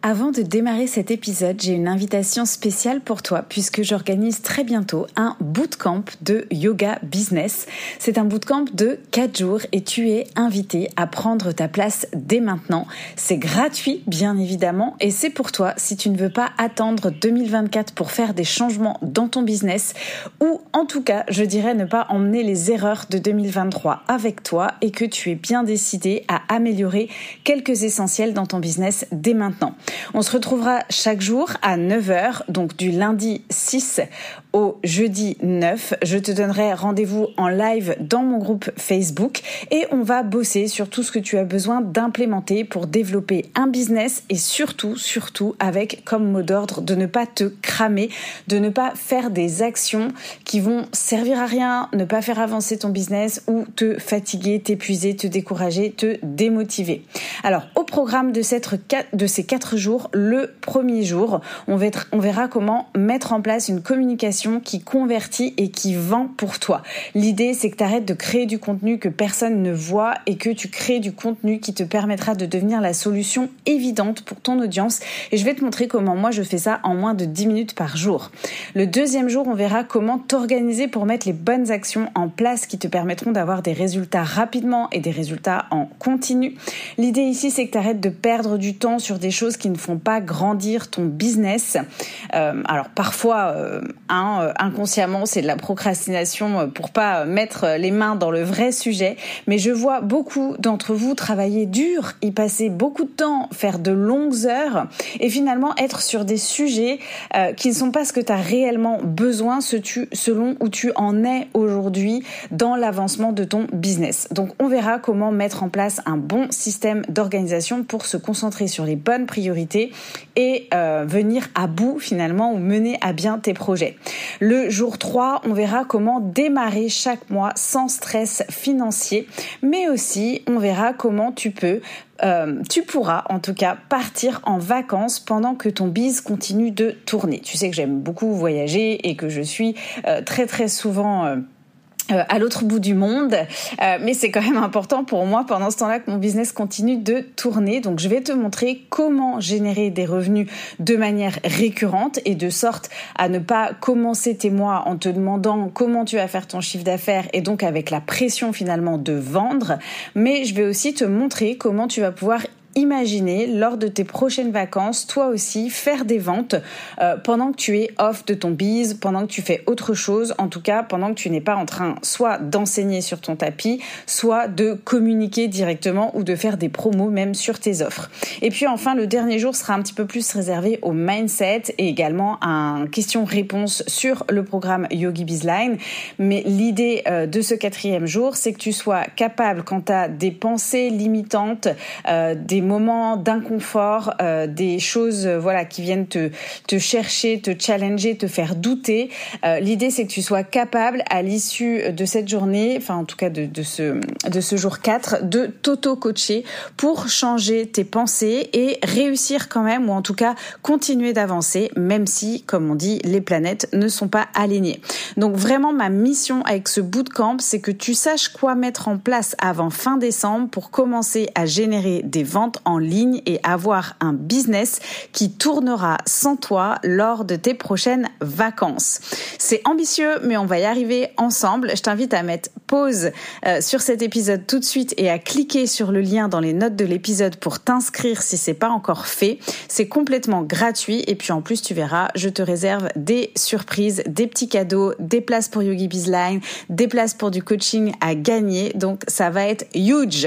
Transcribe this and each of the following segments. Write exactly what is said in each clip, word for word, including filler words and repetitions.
Avant de démarrer cet épisode, j'ai une invitation spéciale pour toi puisque j'organise très bientôt un bootcamp de yoga business. C'est un bootcamp de quatre jours et tu es invité à prendre ta place dès maintenant. C'est gratuit bien évidemment et c'est pour toi si tu ne veux pas attendre deux mille vingt-quatre pour faire des changements dans ton business ou en tout cas, je dirais ne pas emmener les erreurs de deux mille vingt-trois avec toi et que tu es bien décidé à améliorer quelques essentiels dans ton business dès maintenant. On se retrouvera chaque jour à neuf heures, donc du lundi six au jeudi neuf. Je te donnerai rendez-vous en live dans mon groupe Facebook et on va bosser sur tout ce que tu as besoin d'implémenter pour développer un business et surtout, surtout avec comme mot d'ordre de ne pas te cramer, de ne pas faire des actions qui vont servir à rien, ne pas faire avancer ton business ou te fatiguer, t'épuiser, te décourager, te démotiver. Alors, au programme de, cette, de ces quatre jours, le premier jour, on verra comment mettre en place une communication qui convertit et qui vend pour toi. L'idée, c'est que tu arrêtes de créer du contenu que personne ne voit et que tu crées du contenu qui te permettra de devenir la solution évidente pour ton audience. Et je vais te montrer comment moi je fais ça en moins de dix minutes par jour. Le deuxième jour, on verra comment t'organiser pour mettre les bonnes actions en place qui te permettront d'avoir des résultats rapidement et des résultats en continu. L'idée ici, c'est que tu arrêtes de perdre du temps sur des choses qui ne font pas grandir ton business. Euh, alors parfois, euh, hein, inconsciemment, c'est de la procrastination pour pas mettre les mains dans le vrai sujet. Mais je vois beaucoup d'entre vous travailler dur, y passer beaucoup de temps, faire de longues heures et finalement être sur des sujets euh, qui ne sont pas ce que tu as réellement besoin ce tu, selon où tu en es aujourd'hui dans l'avancement de ton business. Donc on verra comment mettre en place un bon système d'organisation pour se concentrer sur les bonnes priorités et euh, venir à bout finalement ou mener à bien tes projets. Le jour trois, on verra comment démarrer chaque mois sans stress financier, mais aussi on verra comment tu peux Euh, tu pourras en tout cas partir en vacances pendant que ton biz continue de tourner. Tu sais que j'aime beaucoup voyager et que je suis euh, très très souvent euh, Euh, à l'autre bout du monde, euh, mais c'est quand même important pour moi pendant ce temps-là que mon business continue de tourner. Donc je vais te montrer comment générer des revenus de manière récurrente et de sorte à ne pas commencer tes mois en te demandant comment tu vas faire ton chiffre d'affaires et donc avec la pression finalement de vendre. Mais je vais aussi te montrer comment tu vas pouvoir imaginer lors de tes prochaines vacances, toi aussi, faire des ventes euh, pendant que tu es off de ton biz, pendant que tu fais autre chose, en tout cas pendant que tu n'es pas en train soit d'enseigner sur ton tapis, soit de communiquer directement ou de faire des promos même sur tes offres. Et puis enfin, le dernier jour sera un petit peu plus réservé au mindset et également à un question-réponse sur le programme Yogi Bizline. Mais l'idée euh, de ce quatrième jour, c'est que tu sois capable, quand tu as des pensées limitantes, euh, des moments d'inconfort, euh, des choses euh, voilà qui viennent te te chercher, te challenger, te faire douter. Euh, l'idée c'est que tu sois capable à l'issue de cette journée, enfin en tout cas de de ce de ce jour quatre, de t'auto-coacher pour changer tes pensées et réussir quand même ou en tout cas continuer d'avancer même si comme on dit les planètes ne sont pas alignées. Donc vraiment ma mission avec ce bootcamp, c'est que tu saches quoi mettre en place avant fin décembre pour commencer à générer des ventes en ligne et avoir un business qui tournera sans toi lors de tes prochaines vacances. C'est ambitieux, mais on va y arriver ensemble. Je t'invite à mettre pause euh, sur cet épisode tout de suite et à cliquer sur le lien dans les notes de l'épisode pour t'inscrire si c'est pas encore fait. C'est complètement gratuit et puis en plus tu verras, je te réserve des surprises, des petits cadeaux, des places pour Yogi Bizline, des places pour du coaching à gagner. Donc ça va être huge.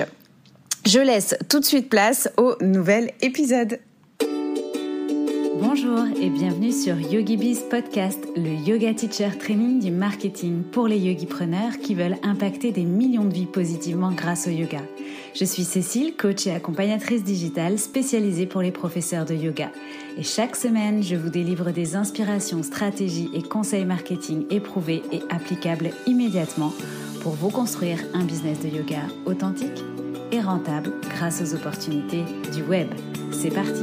Je laisse tout de suite place au nouvel épisode. Bonjour et bienvenue sur Yogi Biz Podcast, le yoga teacher training du marketing pour les yogipreneurs qui veulent impacter des millions de vies positivement grâce au yoga. Je suis Cécile, coach et accompagnatrice digitale spécialisée pour les professeurs de yoga. Et chaque semaine, je vous délivre des inspirations, stratégies et conseils marketing éprouvés et applicables immédiatement pour vous construire un business de yoga authentique et rentable grâce aux opportunités du web. C'est parti!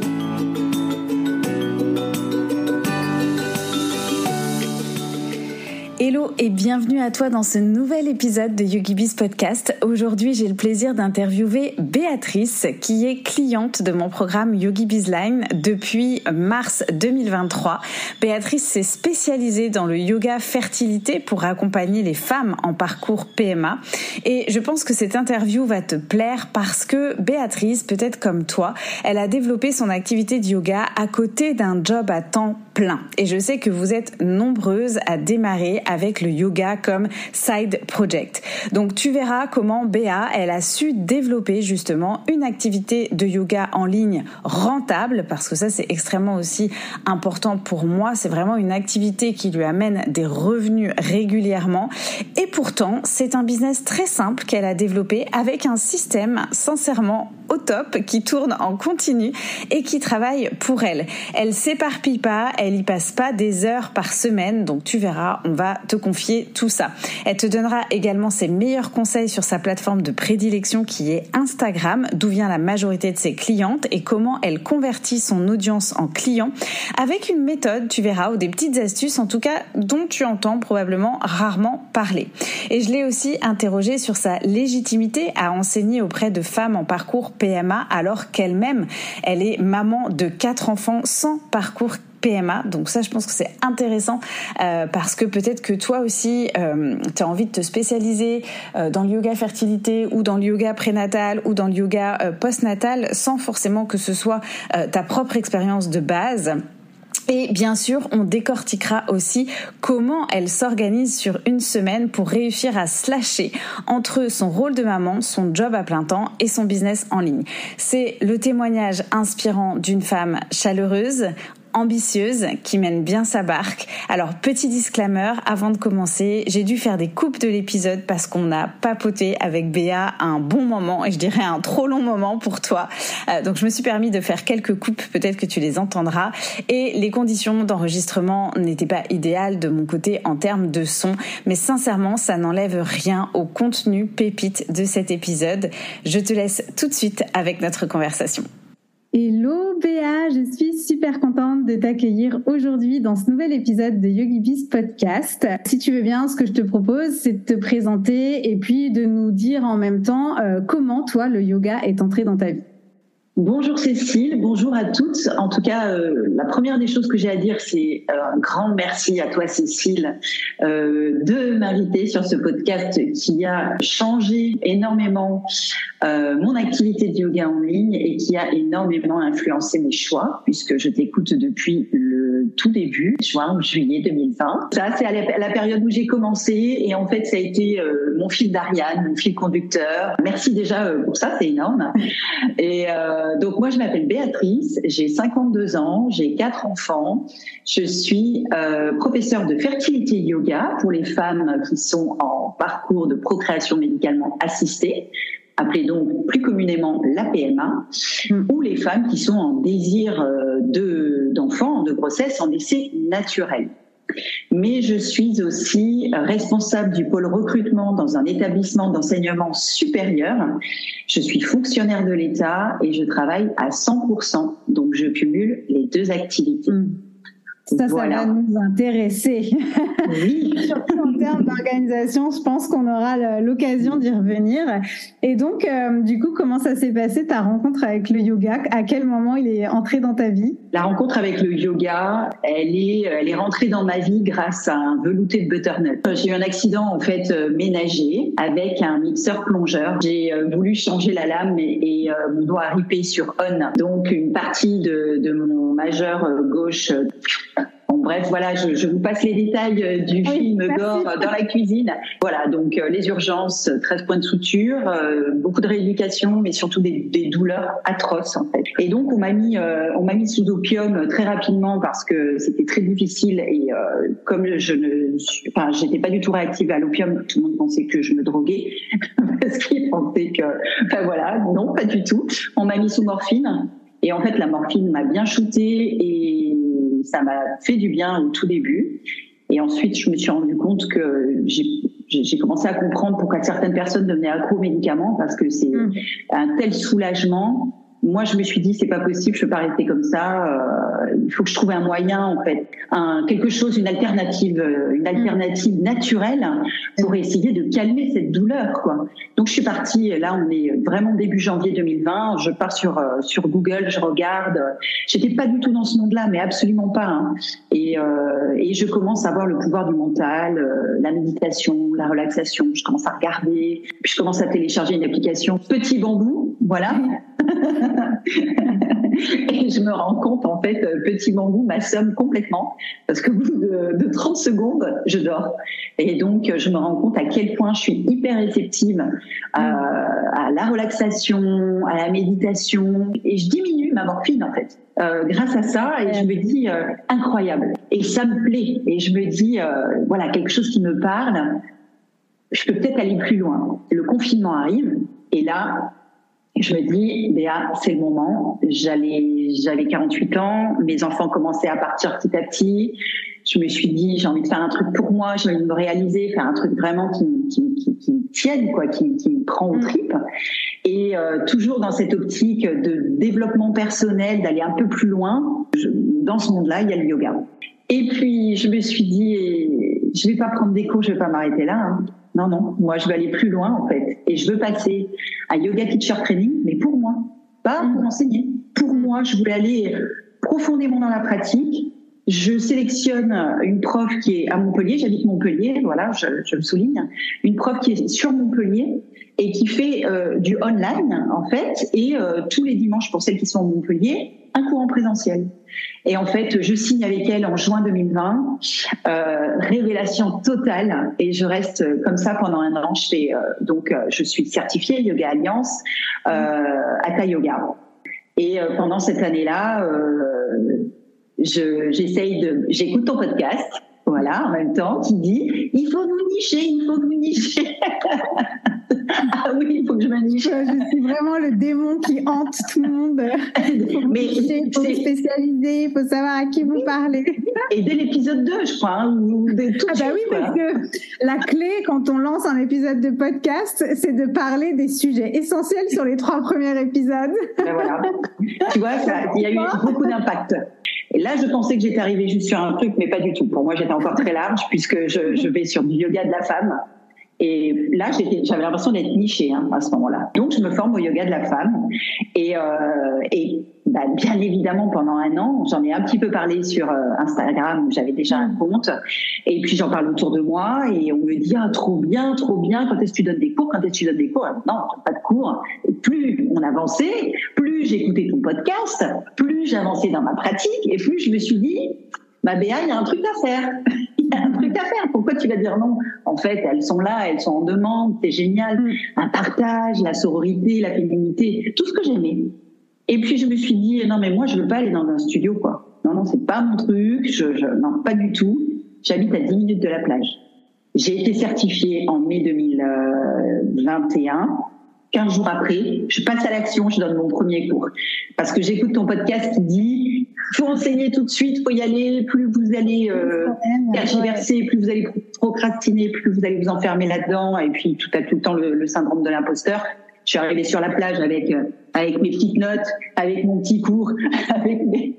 Hello Hello et bienvenue à toi dans ce nouvel épisode de YogiBiz Podcast. Aujourd'hui, j'ai le plaisir d'interviewer Béatrice qui est cliente de mon programme YogiBiz Line depuis mars deux mille vingt-trois. Béatrice s'est spécialisée dans le yoga fertilité pour accompagner les femmes en parcours P M A. Et je pense que cette interview va te plaire parce que Béatrice, peut-être comme toi, elle a développé son activité de yoga à côté d'un job à temps plein. Et je sais que vous êtes nombreuses à démarrer avec le yoga comme side project. Donc tu verras comment Béa, elle a su développer justement une activité de yoga en ligne rentable, parce que ça c'est extrêmement aussi important pour moi. C'est vraiment une activité qui lui amène des revenus régulièrement. Et pourtant, c'est un business très simple qu'elle a développé avec un système sincèrement au top, qui tourne en continu et qui travaille pour elle. Elle s'éparpille pas, elle y passe pas des heures par semaine, donc tu verras, on va te confier tout ça. Elle te donnera également ses meilleurs conseils sur sa plateforme de prédilection qui est Instagram, d'où vient la majorité de ses clientes et comment elle convertit son audience en clients avec une méthode, tu verras, ou des petites astuces en tout cas dont tu entends probablement rarement parler. Et je l'ai aussi interrogée sur sa légitimité à enseigner auprès de femmes en parcours P M A alors qu'elle-même, elle est maman de quatre enfants sans parcours P M A. Donc ça, je pense que c'est intéressant euh, parce que peut-être que toi aussi, euh, tu as envie de te spécialiser euh, dans le yoga fertilité ou dans le yoga prénatal ou dans le yoga euh, postnatal sans forcément que ce soit euh, ta propre expérience de base. Et bien sûr, on décortiquera aussi comment elle s'organise sur une semaine pour réussir à slasher entre son rôle de maman, son job à plein temps et son business en ligne. C'est le témoignage inspirant d'une femme chaleureuse, ambitieuse, qui mène bien sa barque. Alors, petit disclaimer, avant de commencer, j'ai dû faire des coupes de l'épisode parce qu'on a papoté avec Béa un bon moment, et je dirais un trop long moment pour toi. Euh, donc, je me suis permis de faire quelques coupes, peut-être que tu les entendras. Et les conditions d'enregistrement n'étaient pas idéales de mon côté en termes de son, mais sincèrement, ça n'enlève rien au contenu pépite de cet épisode. Je te laisse tout de suite avec notre conversation. Hello Béa, je suis super contente de t'accueillir aujourd'hui dans ce nouvel épisode de YogiBiz Podcast. Si tu veux bien, ce que je te propose, c'est de te présenter et puis de nous dire en même temps euh, comment toi le yoga est entré dans ta vie. Bonjour Cécile, bonjour à toutes. En tout cas, euh, la première des choses que j'ai à dire, c'est un grand merci à toi Cécile euh, de m'inviter sur ce podcast qui a changé énormément euh, mon activité de yoga en ligne et qui a énormément influencé mes choix, puisque je t'écoute depuis le tout début, juin, juillet deux mille vingt. Ça, c'est à la, à la période où j'ai commencé et en fait, ça a été euh, mon fil d'Ariane, mon fil conducteur. Merci déjà euh, pour ça, c'est énorme. Et euh, donc moi je m'appelle Béatrice, j'ai cinquante-deux ans, j'ai quatre enfants, je suis euh, professeure de fertilité yoga pour les femmes qui sont en parcours de procréation médicalement assistée, appelée donc plus communément la P M A, mmh. ou les femmes qui sont en désir de, d'enfants, de grossesse en décès naturel. Mais je suis aussi responsable du pôle recrutement dans un établissement d'enseignement supérieur. Je suis fonctionnaire de l'État et je travaille à cent pour cent. Donc, je cumule les deux activités. Mmh. Ça, voilà. Ça va nous intéresser. Oui. Surtout en termes d'organisation, je pense qu'on aura l'occasion d'y revenir. Et donc, euh, du coup, comment ça s'est passé ta rencontre avec le yoga? À quel moment il est entré dans ta vie? La rencontre avec le yoga, elle est, elle est rentrée dans ma vie grâce à un velouté de butternut. J'ai eu un accident en fait ménager avec un mixeur plongeur. J'ai voulu changer la lame et, et euh, mon doigt a ripé sur on. Donc, une partie de, de mon majeur gauche. Bon, bref, voilà, je, je vous passe les détails du oui, film merci. Gore dans la cuisine. Voilà, donc euh, les urgences, treize points de suture, euh, beaucoup de rééducation, mais surtout des, des douleurs atroces en fait. Et donc on m'a mis, euh, on m'a mis sous opium très rapidement parce que c'était très difficile et euh, comme je ne, suis, enfin, j'étais pas du tout réactive à l'opium, tout le monde pensait que je me droguais parce qu'ils pensaient que, enfin voilà, non, pas du tout. On m'a mis sous morphine et en fait la morphine m'a bien shooté et ça m'a fait du bien au tout début. Et ensuite, je me suis rendu compte que j'ai, j'ai commencé à comprendre pourquoi certaines personnes devenaient accro aux médicaments parce que c'est mmh. un tel soulagement moi, je me suis dit, c'est pas possible, je peux pas rester comme ça. Euh, il faut que je trouve un moyen, en fait, un, quelque chose, une alternative, une alternative naturelle pour essayer de calmer cette douleur, quoi. Donc, je suis partie. Là, on est vraiment début janvier deux mille vingt. Je pars sur sur Google, je regarde. J'étais pas du tout dans ce monde-là, mais absolument pas. Hein. Et euh, et je commence à voir le pouvoir du mental, euh, la méditation, la relaxation. Je commence à regarder. Puis je commence à télécharger une application Petit Bambou, voilà. Et je me rends compte, en fait, Petit Bambou m'assomme complètement parce qu'au bout de, de trente secondes, je dors. Et donc, je me rends compte à quel point je suis hyper réceptive à, à la relaxation, à la méditation. Et je diminue ma morphine, en fait, euh, grâce à ça. Et je me dis, euh, incroyable. Et ça me plaît. Et je me dis, euh, voilà, quelque chose qui me parle. Je peux peut-être aller plus loin. Le confinement arrive. Et là, je me dis, Béa, c'est le moment. J'allais, j'avais quarante-huit ans, mes enfants commençaient à partir petit à petit. Je me suis dit, j'ai envie de faire un truc pour moi, j'ai envie de me réaliser, faire un truc vraiment qui, qui, qui, qui me tienne, quoi, qui, qui me prend aux tripes. Et euh, toujours dans cette optique de développement personnel, d'aller un peu plus loin. Je, dans ce monde-là, il y a le yoga. Et puis, je me suis dit, je vais pas prendre des cours, je vais pas m'arrêter là. Hein. Non, non, moi, je veux aller plus loin, en fait. Et je veux passer à Yoga Teacher Training, mais pour moi, pas pour enseigner. Pour moi, je voulais aller profondément dans la pratique. Je sélectionne une prof qui est à Montpellier, j'habite Montpellier, voilà, je, je le souligne, une prof qui est sur Montpellier et qui fait euh, du online, en fait, et euh, tous les dimanches, pour celles qui sont à Montpellier, un cours en présentiel. Et en fait, je signe avec elle en juin deux mille vingt, euh, révélation totale, et je reste comme ça pendant un an. Je fais, euh, donc, euh, je suis certifiée Yoga Alliance, euh, Hatha Yoga. Et euh, pendant cette année-là, euh, je, j'essaye de, j'écoute ton podcast, voilà, en même temps, qui dit, il faut vous nicher, il faut vous nicher. Ah oui, il faut que je me niche. Je suis vraiment le démon qui hante tout le monde. Il faut Mais nicher, il faut vous spécialiser, il faut savoir à qui vous parlez. Et dès l'épisode deux, je crois, hein, ou dès tout ah bah oui, quoi. Parce que la clé, quand on lance un épisode de podcast, c'est de parler des sujets essentiels sur les trois premiers épisodes. Ben voilà. Tu vois, ça, il y a eu beaucoup d'impact. Et là, je pensais que j'étais arrivée juste sur un truc, mais pas du tout. Pour moi, j'étais encore très large, puisque je, je vais sur du yoga de la femme. Et là, j'étais, j'avais l'impression d'être nichée hein, à ce moment-là. Donc, je me forme au yoga de la femme. Et, euh, et bah, bien évidemment, pendant un an, j'en ai un petit peu parlé sur euh, Instagram, où j'avais déjà un compte. Et puis, j'en parle autour de moi. Et on me dit, ah, trop bien, trop bien. Quand est-ce que tu donnes des cours? Quand est-ce que tu donnes des cours? Non, pas de cours. Et plus on avançait, plus j'écoutais ton podcast, plus j'avançais dans ma pratique. Et plus je me suis dit, bah, Béa, il y a un truc à faire. Il y a un truc à faire. Pourquoi tu vas dire non? En fait, elles sont là, elles sont en demande, c'est génial. Un partage, la sororité, la féminité, tout ce que j'aimais. Et puis, je me suis dit, non, mais moi, je veux pas aller dans un studio, quoi. Non, non, c'est pas mon truc. Je, je, non, pas du tout. J'habite à dix minutes de la plage. J'ai été certifiée en mai deux mille vingt et un. quinze jours après, je passe à l'action, je donne mon premier cours. Parce que j'écoute ton podcast qui dit, faut enseigner tout de suite, faut y aller, plus vous allez euh, tergiverser, plus vous allez procrastiner, plus vous allez vous enfermer là-dedans, et puis tout à tout le temps le, le syndrome de l'imposteur. Je suis arrivée sur la plage avec euh, avec mes petites notes, avec mon petit cours, avec mes...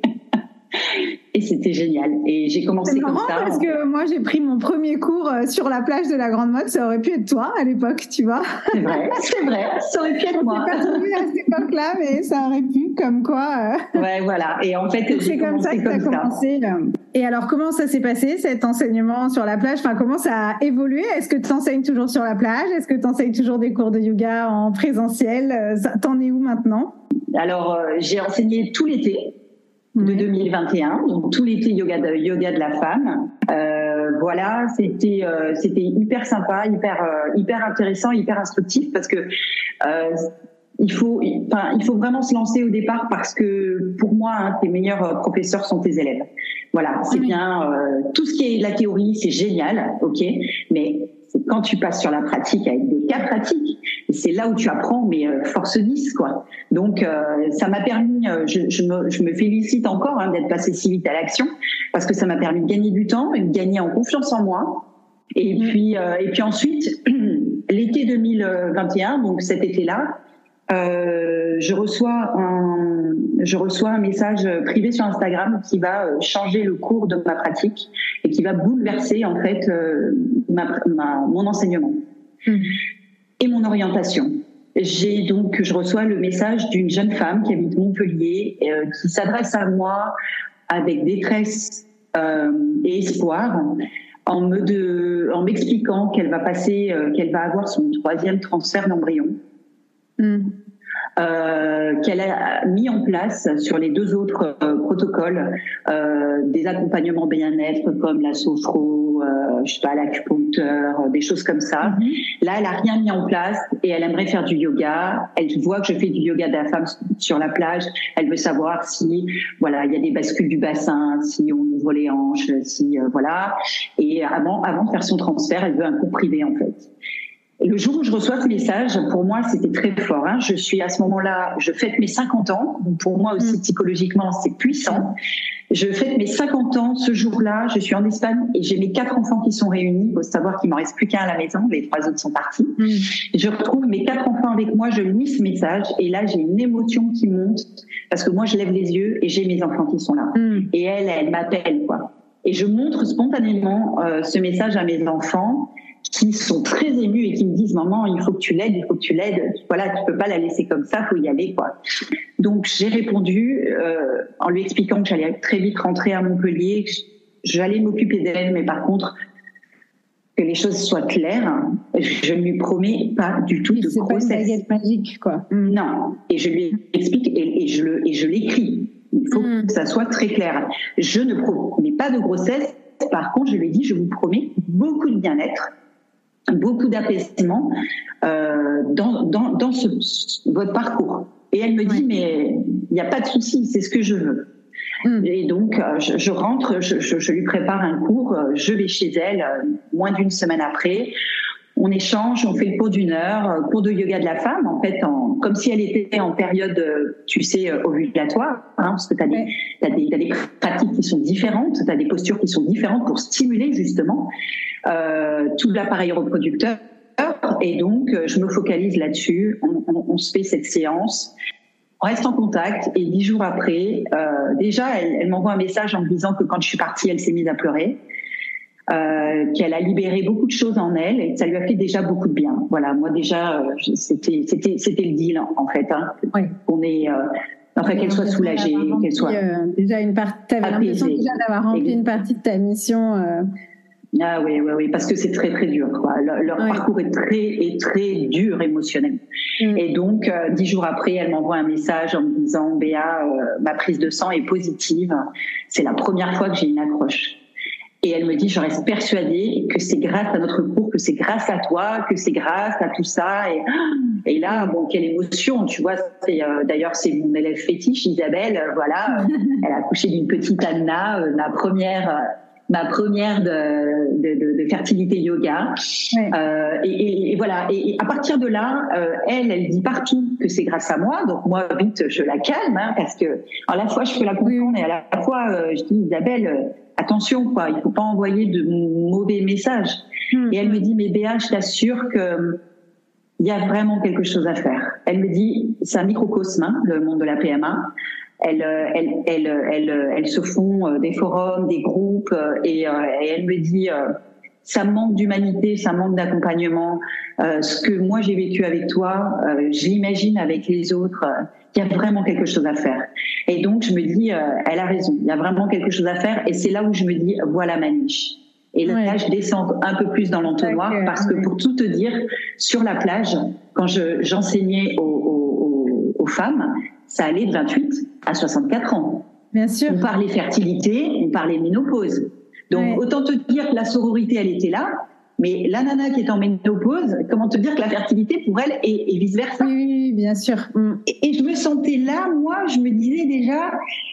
Et c'était génial. Et j'ai commencé c'est comme marrant ça. Parce que moi, j'ai pris mon premier cours sur la plage de la Grande Motte. Ça aurait pu être toi à l'époque, tu vois. C'est vrai, c'est vrai. Ça aurait pu être moi. On s'est pas trouvé à cette époque-là, mais ça aurait pu, comme quoi. Euh... Ouais, voilà. Et en fait, c'est comme ça que tu as commencé. Là. Et alors, comment ça s'est passé, cet enseignement sur la plage? Enfin, comment ça a évolué? Est-ce que tu enseignes toujours sur la plage? Est-ce que tu enseignes toujours des cours de yoga en présentiel? T'en es où maintenant? Alors, euh, j'ai enseigné tout l'été de deux mille vingt et un, donc tout l'été yoga de, yoga de la femme. Euh, voilà, c'était euh, c'était hyper sympa, hyper euh, hyper intéressant, hyper instructif parce que euh, il faut enfin il faut vraiment se lancer au départ parce que pour moi hein, tes meilleurs professeurs sont tes élèves. Voilà, c'est oui. bien euh, tout ce qui est de la théorie, c'est génial, ok, mais c'est quand tu passes sur la pratique avec des cas pratiques, c'est là où tu apprends, mais euh, force dix, quoi. Donc, euh, ça m'a permis, euh, je, je, me, je me félicite encore hein, d'être passée si vite à l'action, parce que ça m'a permis de gagner du temps, et de gagner en confiance en moi. Et mmh. puis, euh, et puis ensuite, l'été deux mille vingt et un, donc cet été-là, euh, je reçois un, je reçois un message privé sur Instagram qui va changer le cours de ma pratique et qui va bouleverser en fait euh, ma, ma, mon enseignement mmh. et mon orientation. J'ai donc, je reçois le message d'une jeune femme qui habite Montpellier, euh, qui s'adresse à moi avec détresse euh, et espoir, en me de, en m'expliquant qu'elle va passer, euh, qu'elle va avoir son troisième transfert d'embryon. Mmh. Euh, qu'elle a mis en place sur les deux autres euh, protocoles euh, des accompagnements bien-être comme la sophro, euh, je sais pas, l'acupuncteur, des choses comme ça. Mm-hmm. Là, elle a rien mis en place et elle aimerait faire du yoga. Elle voit que je fais du yoga de la femme sur la plage. Elle veut savoir si, voilà, il y a des bascules du bassin, si on ouvre les hanches, si, euh, voilà. Et avant, avant de faire son transfert, elle veut un cours privé en fait. Et le jour où je reçois ce message, pour moi, c'était très fort. Hein. Je suis à ce moment-là, je fête mes cinquante ans. Donc pour moi aussi, psychologiquement, c'est puissant. Je fête mes cinquante ans. Ce jour-là, je suis en Espagne et j'ai mes quatre enfants qui sont réunis. Il faut savoir qu'il m'en reste plus qu'un à la maison. Les trois autres sont partis. Mm. Je retrouve mes quatre enfants avec moi. Je lis ce message et là, j'ai une émotion qui monte parce que moi, je lève les yeux et j'ai mes enfants qui sont là. Mm. Et elle, elle m'appelle, quoi. Et je montre spontanément euh, ce message à mes enfants, qui sont très émus et qui me disent « Maman, il faut que tu l'aides, il faut que tu l'aides. Voilà, tu peux pas la laisser comme ça, faut y aller, quoi. » Donc, j'ai répondu euh, en lui expliquant que j'allais très vite rentrer à Montpellier, que j'allais m'occuper d'elle, mais par contre, que les choses soient claires, je ne lui promets pas du tout oui, de c'est grossesse. C'est pas une baguette magique, quoi. Mm. Non. Et je lui explique et, et je le, et je l'écris. Il faut mm. que ça soit très clair. Je ne promets pas de grossesse. Par contre, je lui ai dit, je vous promets beaucoup de bien-être, beaucoup d'apaisement euh, dans, dans, dans ce, votre parcours. Et elle me dit, oui. mais il n'y a pas de souci, c'est ce que je veux. Mm. Et donc, je, je rentre, je, je, je lui prépare un cours, je vais chez elle, moins d'une semaine après. On échange, on fait le cours d'une heure, cours de yoga de la femme, en fait, en, comme si elle était en période, tu sais, ovulatoire, hein, parce que tu as des, t'as des, t'as des pratiques qui sont différentes, tu as des postures qui sont différentes pour stimuler justement euh, tout l'appareil reproducteur. Et donc, je me focalise là-dessus, on, on, on se fait cette séance, on reste en contact, et dix jours après, euh, déjà, elle, elle m'envoie un message en me disant que quand je suis partie, elle s'est mise à pleurer. Euh, qu'elle a libéré beaucoup de choses en elle et que ça lui a fait déjà beaucoup de bien. Voilà, moi déjà, euh, c'était c'était c'était le deal en fait. Hein, oui. On est, euh, enfin qu'elle soit soulagée, qu'elle soit euh, déjà une partie. T'avais l'impression déjà d'avoir rempli une partie de ta mission. Euh... Ah oui, oui, oui, parce que c'est très très dur. Quoi. Leur, leur oui. parcours est très est très dur émotionnellement. Mm. Et donc euh, dix jours après, elle m'envoie un message en me disant Béa, euh, ma prise de sang est positive. C'est la première fois que j'ai une accroche. Et elle me dit, je reste persuadée que c'est grâce à notre cours, que c'est grâce à toi, que c'est grâce à tout ça. Et, et là, bon, quelle émotion, tu vois. C'est, euh, d'ailleurs, c'est mon élève fétiche, Isabelle. Euh, voilà, elle a accouché d'une petite Anna, euh, ma première, euh, ma première de, de, de, de fertilité yoga. Ouais. Euh, et, et, et voilà. Et, et à partir de là, euh, elle, elle dit partout que c'est grâce à moi. Donc moi, vite, je la calme, hein, parce que à la fois je peux la comprendre et à la fois, euh, je dis, Isabelle. Euh, Attention, quoi, il faut pas envoyer de mauvais messages. Mmh. Et elle me dit, mais Béa, je t'assure que il y a vraiment quelque chose à faire. Elle me dit, c'est un microcosme, hein, le monde de la P M A. Elle, elle, elle, elle, elles se font des forums, des groupes, et, et elle me dit, ça manque d'humanité, ça manque d'accompagnement. Euh, ce que moi j'ai vécu avec toi, euh, je l'imagine avec les autres. Il y a vraiment quelque chose à faire. Et donc, je me dis, euh, elle a raison, il y a vraiment quelque chose à faire. Et c'est là où je me dis, voilà ma niche. Et là, ouais. je descends un peu plus dans l'entonnoir okay. parce que pour tout te dire, sur la plage, quand je, j'enseignais aux, aux, aux femmes, ça allait de vingt-huit à soixante-quatre ans. Bien sûr. On parlait fertilité, on parlait ménopause. Donc, ouais. autant te dire que la sororité, elle était là. Mais la nana qui est en ménopause, comment te dire que la fertilité pour elle est, est vice versa. Oui, bien sûr. Mm. Et, et je me sentais là, moi, je me disais déjà,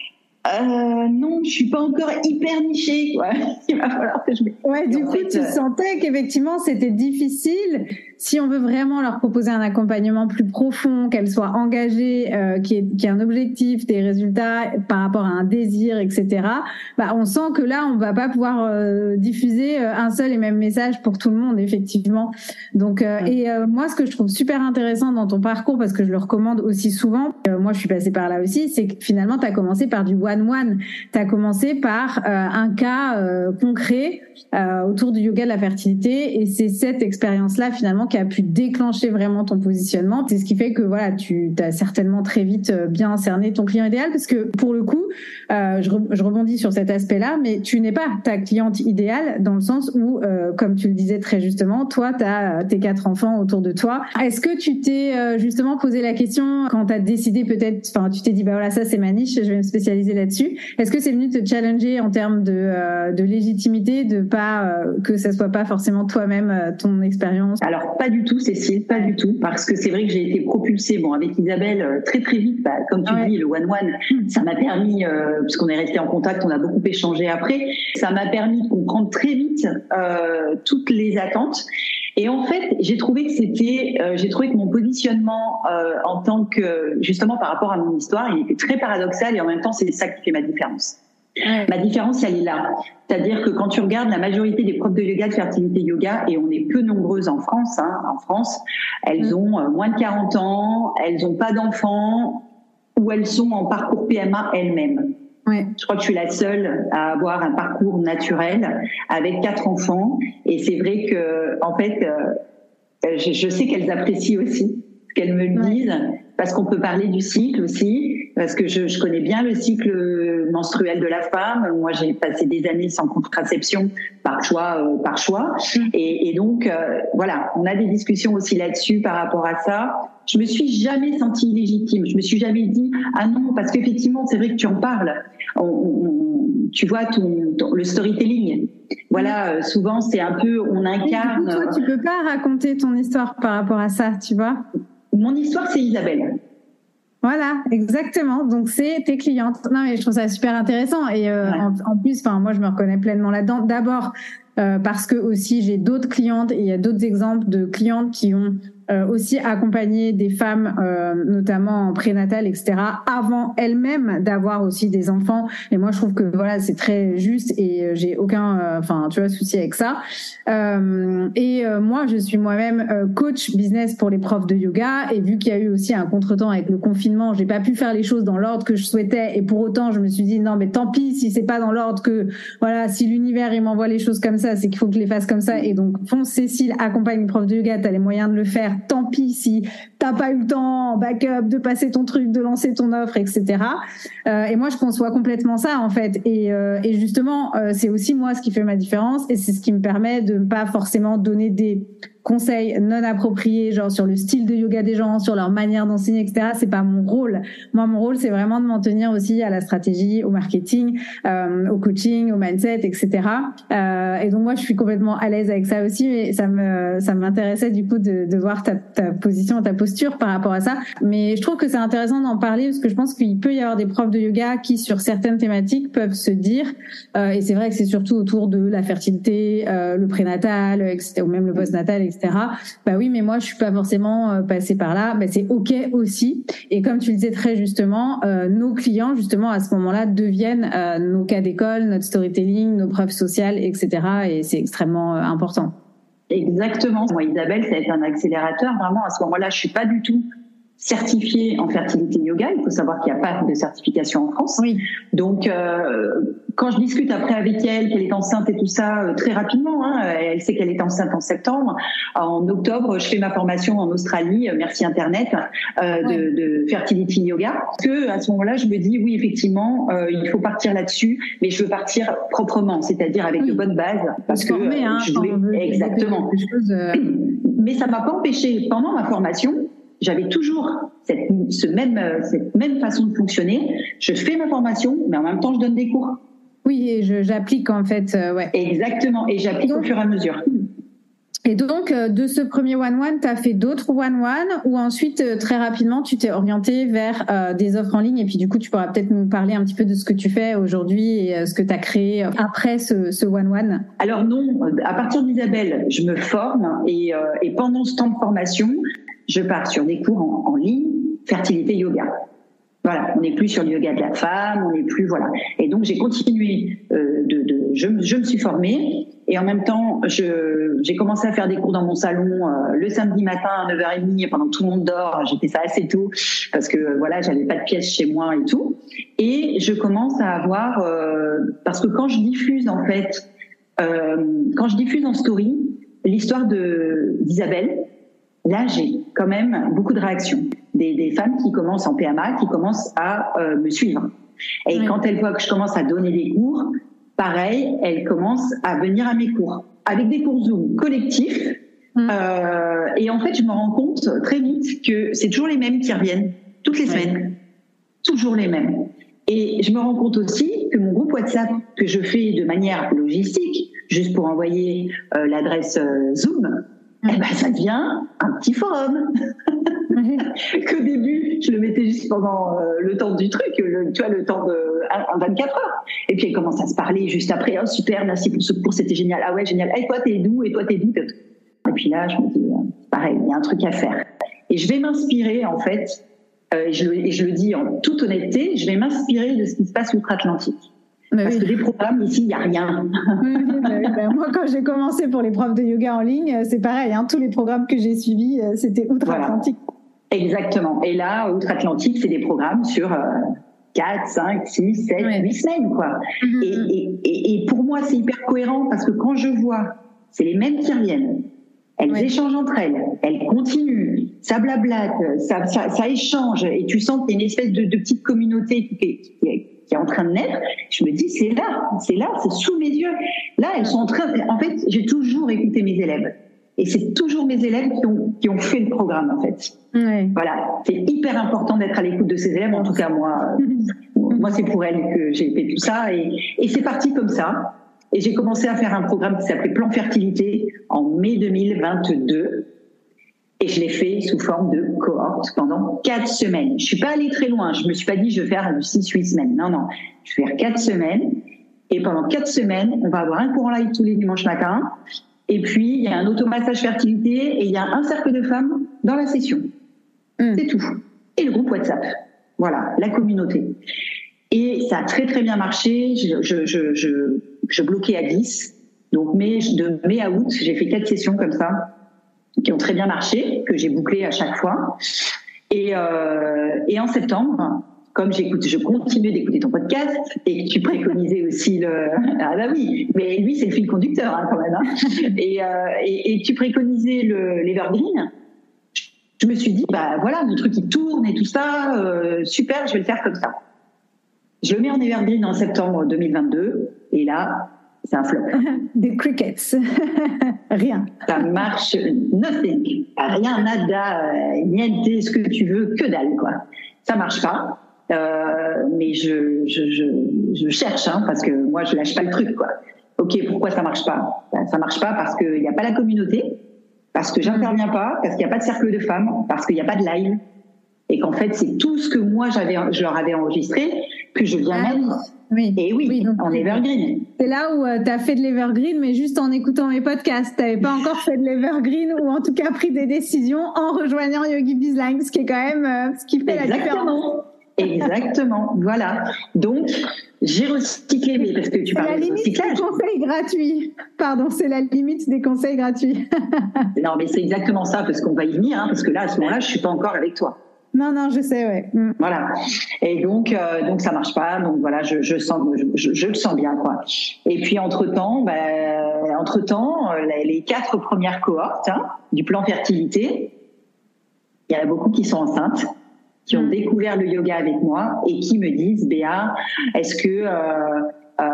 euh, non, je suis pas encore hyper nichée, quoi. Il va falloir que je. Ouais, du coup, fait, tu euh... sentais qu'effectivement c'était difficile si on veut vraiment leur proposer un accompagnement plus profond, qu'elles soient engagées, euh, qu'il y ait, qu'il y ait un objectif, des résultats par rapport à un désir, et cetera, bah, on sent que là, on va pas pouvoir euh, diffuser un seul et même message pour tout le monde, effectivement. Donc, euh, et euh, moi, ce que je trouve super intéressant dans ton parcours, parce que je le recommande aussi souvent, euh, moi, je suis passée par là aussi, c'est que finalement, tu as commencé par du one-one. Tu as commencé par euh, un cas euh, concret euh, autour du yoga de la fertilité, et c'est cette expérience-là, finalement, qui a pu déclencher vraiment ton positionnement. C'est ce qui fait que, voilà, tu as certainement très vite bien cerné ton client idéal, parce que, pour le coup, euh, je, re- je rebondis sur cet aspect-là, mais tu n'es pas ta cliente idéale dans le sens où, euh, comme tu le disais très justement, toi, tu as tes quatre enfants autour de toi. Est-ce que tu t'es euh, justement posé la question quand tu as décidé peut-être, enfin, tu t'es dit, bah voilà, ça c'est ma niche, je vais me spécialiser là-dessus. Est-ce que c'est venu te challenger en termes de, euh, de légitimité, de pas euh, que ça soit pas forcément toi-même euh, ton expérience? Alors pas du tout, Cécile, pas du tout, parce que c'est vrai que j'ai été propulsée, bon, avec Isabelle très très vite, bah, comme tu ouais. dis, le one-one, ça m'a permis, euh, puisqu'on est resté en contact, on a beaucoup échangé après, ça m'a permis de comprendre très vite euh, toutes les attentes. Et en fait, j'ai trouvé que c'était, euh, j'ai trouvé que mon positionnement euh, en tant que, justement par rapport à mon histoire, il était très paradoxal, et en même temps, c'est ça qui fait ma différence. Ouais. Ma différence, elle est là. C'est-à-dire que quand tu regardes la majorité des profs de yoga, de fertilité yoga, et on est peu nombreuses en France, hein, en France, elles mmh. ont euh, moins de quarante ans, elles n'ont pas d'enfants, ou elles sont en parcours P M A elles-mêmes. Ouais. Je crois que je suis la seule à avoir un parcours naturel avec quatre enfants, et c'est vrai que, en fait, euh, je, je sais qu'elles apprécient aussi ce qu'elles me le ouais. disent, parce qu'on peut parler du cycle aussi, parce que je, je connais bien le cycle menstruel de la femme. Moi, j'ai passé des années sans contraception par choix, euh, par choix, et, et donc euh, voilà, on a des discussions aussi là-dessus par rapport à ça. Je me suis jamais sentie illégitime. Je me suis jamais dit ah non, parce qu'effectivement, c'est vrai que tu en parles. On, on, tu vois ton, ton le storytelling. Voilà, euh, souvent c'est un peu on incarne. Et du coup, toi, tu peux pas raconter ton histoire par rapport à ça, tu vois. Mon histoire, c'est Isabelle. Voilà, exactement. Donc c'est tes clientes. Non mais je trouve ça super intéressant, et euh, ouais. en, en plus, enfin moi je me reconnais pleinement là-dedans. D'abord euh, parce que aussi j'ai d'autres clientes, et il y a d'autres exemples de clientes qui ont euh, aussi accompagné des femmes, euh, notamment en prénatal, et cetera, avant elles-mêmes d'avoir aussi des enfants. Et moi je trouve que voilà, c'est très juste, et euh, j'ai aucun, enfin euh, tu vois, souci avec ça. Euh, et euh, moi je suis moi-même euh, coach business pour les profs de yoga, et vu qu'il y a eu aussi un contretemps avec le confinement, j'ai pas pu faire les choses dans l'ordre que je souhaitais, et pour autant je me suis dit non mais tant pis si c'est pas dans l'ordre, que voilà, si l'univers il m'envoie les choses comme ça, c'est qu'il faut que je les fasse comme ça. Et donc fonce Cécile, accompagne une prof de yoga, t'as les moyens de le faire, tant pis si t'as pas eu le temps en backup de passer ton truc, de lancer ton offre, et cetera. Euh, et moi je conçois complètement ça en fait, et, euh, et justement euh, c'est aussi moi ce qui fait ma différence, et c'est ce qui me permet de ne pas forcément donner des conseils non appropriés, genre sur le style de yoga des gens, sur leur manière d'enseigner, et cetera. C'est pas mon rôle. Moi, mon rôle, c'est vraiment de m'en tenir aussi à la stratégie, au marketing, euh, au coaching, au mindset, et cetera. Euh, et donc moi, je suis complètement à l'aise avec ça aussi, mais ça me, ça m'intéressait du coup de, de voir ta, ta position, ta posture par rapport à ça. Mais je trouve que c'est intéressant d'en parler, parce que je pense qu'il peut y avoir des profs de yoga qui, sur certaines thématiques, peuvent se dire, euh, et c'est vrai que c'est surtout autour de la fertilité, euh, le prénatal, et cetera, ou même le postnatal, et cetera. Bah oui, mais moi je suis pas forcément euh, passée par là. Bah c'est ok aussi. Et comme tu le disais très justement, euh, nos clients justement à ce moment-là deviennent euh, nos cas d'école, notre storytelling, nos preuves sociales, et cetera. Et c'est extrêmement euh, important. Exactement. Moi, Isabelle, ça a été un accélérateur. Vraiment, à ce moment-là, je suis pas du tout certifiée en fertilité yoga. Il faut savoir qu'il n'y a pas de certification en France. Oui. Donc, euh, quand je discute après avec elle, qu'elle est enceinte et tout ça, euh, très rapidement, hein, elle sait qu'elle est enceinte en septembre. En octobre, je fais ma formation en Australie, euh, merci Internet, euh, ouais. de, de fertility yoga. Parce que à ce moment-là, je me dis, oui, effectivement, euh, il faut partir là-dessus, mais je veux partir proprement, c'est-à-dire avec oui. de bonnes bases. Parce que former, hein, je voulais... Exactement. Choses, euh... Mais ça m'a pas empêché, pendant ma formation, j'avais toujours cette, ce même, cette même façon de fonctionner. Je fais ma formation, mais en même temps, je donne des cours. Oui, et je, j'applique en fait, euh, ouais. Exactement, et j'applique donc, au fur et à mesure. Et donc, de ce premier one-one, tu as fait d'autres one-one ou ensuite, très rapidement, tu t'es orienté vers euh, des offres en ligne et puis du coup, tu pourras peut-être nous parler un petit peu de ce que tu fais aujourd'hui et euh, ce que tu as créé après ce, ce one-one. Alors non, à partir d'Isabelle, je me forme et, euh, et pendant ce temps de formation, je pars sur des cours en, en ligne, fertilité yoga. Voilà, on n'est plus sur le yoga de la femme, on n'est plus, voilà. Et donc, j'ai continué euh, de, de je, je me suis formée et en même temps, je, j'ai commencé à faire des cours dans mon salon euh, le samedi matin à neuf heures trente pendant que tout le monde dort. J'ai fait ça assez tôt parce que voilà, j'avais pas de pièces chez moi et tout. Et je commence à avoir, euh, parce que quand je diffuse en fait, euh, quand je diffuse en story l'histoire de d'Isabelle, là, j'ai quand même beaucoup de réactions. Des, des femmes qui commencent en P M A, qui commencent à euh, me suivre. Et oui. Quand elles voient que je commence à donner des cours, pareil, elles commencent à venir à mes cours. Avec des cours Zoom collectifs. Mmh. Euh, et en fait, je me rends compte très vite que c'est toujours les mêmes qui reviennent, toutes les semaines. Oui. Toujours les mêmes. Et je me rends compte aussi que mon groupe WhatsApp, que je fais de manière logistique, juste pour envoyer euh, l'adresse euh, Zoom, eh ben, ça devient un petit forum. Qu'au début, je le mettais juste pendant euh, le temps du truc, le, tu vois, le temps de en vingt-quatre heures. Et puis, elle commence à se parler juste après. Oh, super, merci pour ce cours, c'était génial. Ah ouais, génial. Et hey, toi, t'es d'où? Et toi, t'es d'où? Et puis là, je me dis, pareil, il y a un truc à faire. Et je vais m'inspirer, en fait, euh, et, je, et je le dis en toute honnêteté, je vais m'inspirer de ce qui se passe outre-Atlantique. Mais Parce oui. que les programmes, ici, il n'y a rien. Oui, oui, bah oui, bah moi, quand j'ai commencé pour les profs de yoga en ligne, c'est pareil. Hein, tous les programmes que j'ai suivis, c'était outre-Atlantique. Voilà. Exactement. Et là, outre-Atlantique, c'est des programmes sur euh, quatre, cinq, six, sept, oui. huit semaines, quoi. Mm-hmm. Et, et, et, et pour moi, c'est hyper cohérent parce que quand je vois, c'est les mêmes qui reviennent. Elles oui. échangent entre elles, elles continuent, ça blablate, ça, ça, ça échange, et tu sens qu'il y a une espèce de, de petite communauté qui est, qui, est, qui est en train de naître. Je me dis, c'est là, c'est là, c'est sous mes yeux. Là, elles sont en train. En fait, j'ai toujours écouté mes élèves, et c'est toujours mes élèves qui ont qui ont fait le programme, en fait. Oui. Voilà, c'est hyper important d'être à l'écoute de ses élèves. En tout cas, moi, moi, c'est pour elles que j'ai fait tout ça, et, et c'est parti comme ça. Et j'ai commencé à faire un programme qui s'appelait Plan Fertilité en mai deux mille vingt-deux. Et je l'ai fait sous forme de cohorte pendant quatre semaines. Je suis pas allée très loin. Je me suis pas dit, je vais faire six, huit semaines. Non, non. Je vais faire quatre semaines. Et pendant quatre semaines, on va avoir un cours en live tous les dimanches matins. Et puis, il y a un automassage fertilité et il y a un cercle de femmes dans la session. Mmh. C'est tout. Et le groupe WhatsApp. Voilà, la communauté. Et ça a très, très bien marché. Je, je, je, je, je bloquais à dix. Donc, mai, de mai à août, j'ai fait quatre sessions comme ça, qui ont très bien marché, que j'ai bouclées à chaque fois. Et, euh, et en septembre, comme j'écoute, je continue d'écouter ton podcast et que tu préconisais aussi le... Ah bah oui, mais lui, c'est le fil conducteur hein, quand même. Hein. Et, euh, et, et tu préconisais le, l'Evergreen. Je me suis dit, bah voilà, le truc qui tourne et tout ça, euh, super, je vais le faire comme ça. Je le mets en Evergreen en septembre deux mille vingt-deux et là, c'est un flop. Des crickets. Rien. Ça marche, nothing. Rien, nada, niente, ce que tu veux, que dalle, quoi. Ça marche pas. Euh, mais je, je, je, je cherche, hein, parce que moi, je lâche pas le truc, quoi. Ok, pourquoi ça marche pas? Ben, ça marche pas parce qu'il n'y a pas la communauté, parce que j'interviens pas, parce qu'il n'y a pas de cercle de femmes, parce qu'il n'y a pas de live. Et qu'en fait, c'est tout ce que moi, j'avais, je leur avais enregistré que je viens ah, mettre. Oui. Et oui, oui donc, en Evergreen. C'est là où euh, tu as fait de l'Evergreen, mais juste en écoutant mes podcasts. Tu n'avais pas encore fait de l'Evergreen ou en tout cas pris des décisions en rejoignant Yogi Bizline, ce qui est quand même euh, ce qui fait Exactement. la différence. Exactement, voilà. Donc, j'ai recyclé, mais parce que tu parles de recyclage. C'est la limite des conseils gratuits. Pardon, c'est la limite des conseils gratuits. Non, mais c'est exactement ça, parce qu'on va y venir, hein, parce que là, à ce moment-là, je suis pas encore avec toi. Non, non, je sais, ouais. Mm. Voilà. Et donc, euh, donc ça marche pas. Donc voilà, je, je sens, je, je, je le sens bien, quoi. Et puis entre temps, bah, entre temps, les, les quatre premières cohortes hein, du plan fertilité, il y en a beaucoup qui sont enceintes, qui ont mm. découvert le yoga avec moi et qui me disent, Béa, est-ce que euh, euh,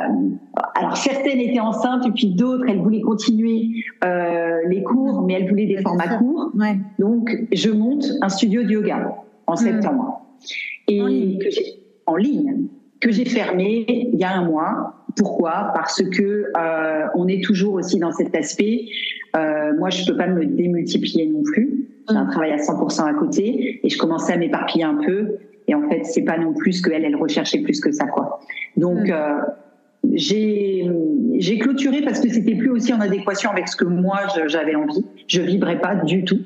alors certaines étaient enceintes et puis d'autres elles voulaient continuer euh, les cours mais elles voulaient des formats courts ouais. Donc je monte un studio de yoga en septembre mmh. et en ligne. que j'ai en ligne que j'ai fermé il y a un mois Pourquoi ? Parce que euh, on est toujours aussi dans cet aspect. Euh, moi, je peux pas me démultiplier non plus. J'ai un travail à cent pour cent à côté et je commençais à m'éparpiller un peu. Et en fait, c'est pas non plus ce qu'elle, elle recherchait plus que ça, quoi. Donc, mmh. euh, j'ai, j'ai clôturé parce que c'était plus aussi en adéquation avec ce que moi j'avais envie. Je vibrais pas du tout.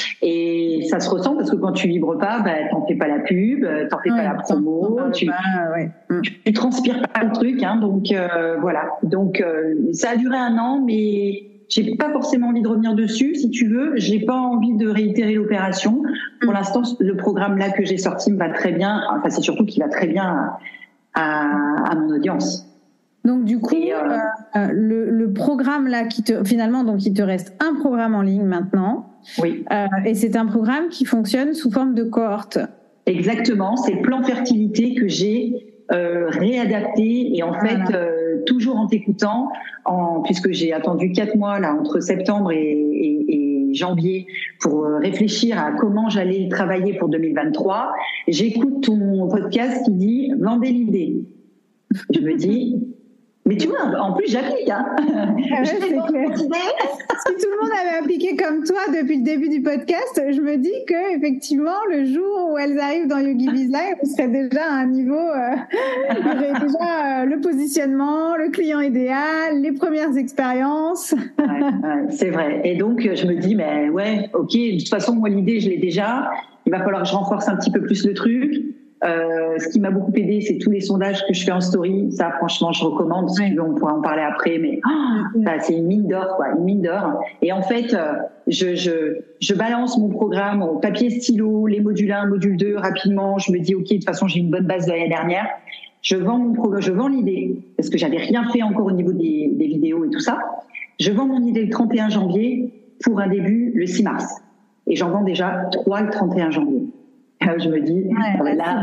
Et ça se ressent parce que quand tu vibres pas, bah, t'en fais pas la pub, t'en fais ouais, pas la promo, tu, pas, ouais. tu, tu transpires pas le truc, hein. Donc, euh, voilà. Donc, euh, ça a duré un an, mais j'ai pas forcément envie de revenir dessus, si tu veux. J'ai pas envie de réitérer l'opération. Pour l'instant, le programme là que j'ai sorti me va très bien. Enfin, c'est surtout qu'il va très bien à, à mon audience. Donc du coup, et, euh, euh, le, le programme là qui te finalement donc il te reste un programme en ligne maintenant. Oui. Euh, et c'est un programme qui fonctionne sous forme de cohorte. Exactement. C'est le plan fertilité que j'ai euh, réadapté et en voilà. fait euh, toujours en t'écoutant, en puisque j'ai attendu quatre mois là entre septembre et, et, et janvier pour réfléchir à comment j'allais travailler pour deux mille vingt-trois. J'écoute ton podcast qui dit vendez l'idée. Je me dis. Mais tu vois, en plus, j'applique. Hein. Ah ouais, c'est clair. Si tout le monde avait appliqué comme toi depuis le début du podcast, je me dis que effectivement, le jour où elles arrivent dans Yogi Biz Live, on serait déjà à un niveau. Euh, il y aurait déjà euh, le positionnement, le client idéal, les premières expériences. Ouais, ouais, c'est vrai. Et donc, je me dis, mais ouais, ok. De toute façon, moi, l'idée, je l'ai déjà. Il va falloir que je renforce un petit peu plus le truc. Euh, ce qui m'a beaucoup aidé, c'est tous les sondages que je fais en story. Ça, franchement, je recommande. Si tu veux, on pourra en parler après, mais oh, ça, c'est une mine d'or, quoi, une mine d'or. Et en fait, euh, je, je, je balance mon programme au papier stylo, les modules un, module deux, rapidement. Je me dis, ok, de toute façon, j'ai une bonne base de l'année dernière. Je vends mon programme, je vends l'idée parce que j'avais rien fait encore au niveau des, des vidéos et tout ça. Je vends mon idée le trente et un janvier pour un début le six mars. Et j'en vends déjà trois le trente et un janvier. Je me dis, ouais, là,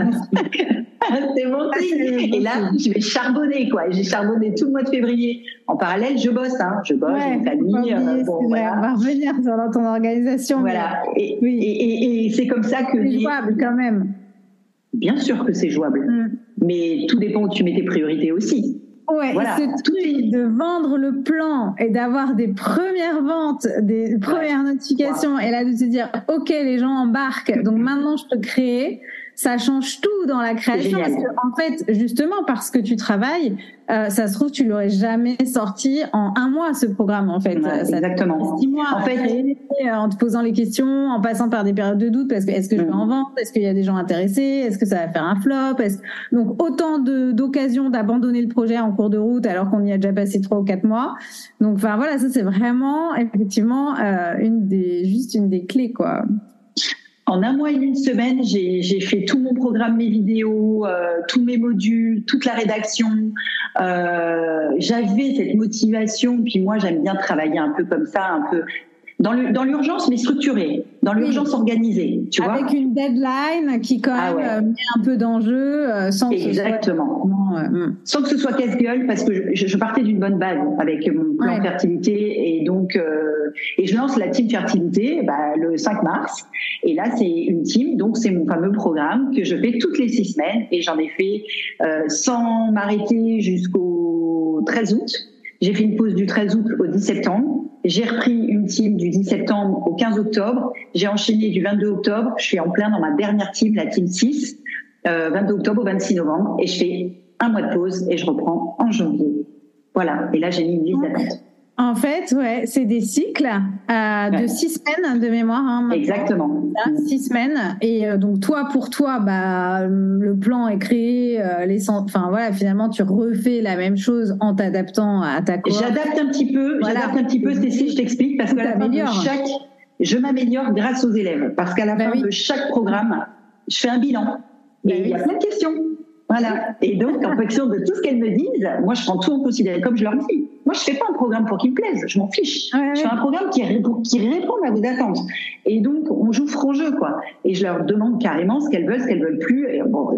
c'est bon signe. Et là, je vais charbonner, quoi. J'ai charbonné tout le mois de février. En parallèle, je bosse, hein. Je bosse, j'ai ouais, une famille. Euh, bon, voilà. On va revenir sur ton organisation. Voilà. Mais... Et, oui. et, et, et c'est comme ça que. C'est jouable quand même. Bien sûr que c'est jouable. Mm. Mais tout dépend où tu mets tes priorités aussi. Ouais, voilà. Et ce truc de vendre le plan et d'avoir des premières ventes, des premières ouais. notifications, wow. et là de se dire, ok, les gens embarquent, donc maintenant je peux créer, ça change tout dans la création. Parce que, en fait, justement, parce que tu travailles, euh, ça se trouve, tu l'aurais jamais sorti en un mois, ce programme, en fait. Ouais, ça exactement. Six mois en fait, créer, en te posant les questions, en passant par des périodes de doute, parce que est-ce que je vais en vendre? Est-ce qu'il y a des gens intéressés? Est-ce que ça va faire un flop? Est-ce... Donc, autant de, d'occasions d'abandonner le projet en cours de route alors qu'on y a déjà passé trois ou quatre mois. Donc, enfin, voilà, ça, c'est vraiment, effectivement, euh, une des, juste une des clés, quoi. En un mois et une semaine, j'ai, j'ai fait tout mon programme, mes vidéos, euh, tous mes modules, toute la rédaction. Euh, j'avais cette motivation, puis moi j'aime bien travailler un peu comme ça, un peu dans, le, dans l'urgence mais structurée, dans l'urgence oui. organisée, tu Avec vois. Avec une deadline qui quand ah même ouais. met un peu d'enjeu, euh, sans exactement, que ce soit... euh, sans que ce soit casse-gueule, parce que je, je partais d'une bonne base avec mon plan ouais. fertilité, et donc euh, et je lance la team fertilité bah, le cinq mars, et là c'est une team, donc c'est mon fameux programme que je fais toutes les six semaines, et j'en ai fait euh, sans m'arrêter jusqu'au treize août. J'ai fait une pause du treize août au dix septembre. J'ai repris une team du dix septembre au quinze octobre. J'ai enchaîné du vingt-deux octobre. Je suis en plein dans ma dernière team, la team six, euh, vingt-deux octobre au vingt-six novembre. Et je fais un mois de pause et je reprends en janvier. Voilà. Et là, j'ai mis une liste d'attente. En fait, ouais, c'est des cycles euh, de ouais. six semaines de mémoire. Hein, exactement. Là, six semaines. Et euh, donc, toi, pour toi, bah, le plan est créé. Euh, les, enfin, voilà, finalement, tu refais la même chose en t'adaptant à ta cohorte. J'adapte un petit peu. Voilà. J'adapte un petit peu, Cécile, je t'explique, parce qu'à la fin de chaque, je m'améliore grâce aux élèves. Parce qu'à la bah fin oui. de chaque programme, je fais un bilan. Bah et il oui. y a plein de questions. Voilà. Et donc, en fonction de tout ce qu'elles me disent, moi, je prends tout en considération. Comme je leur dis, moi, je fais pas un programme pour qu'ils me plaisent. Je m'en fiche. Ouais, je fais un programme qui, répond, qui répond à vos attentes. Et donc, on joue franc jeu, quoi. Et je leur demande carrément ce qu'elles veulent, ce qu'elles veulent plus. Et bon,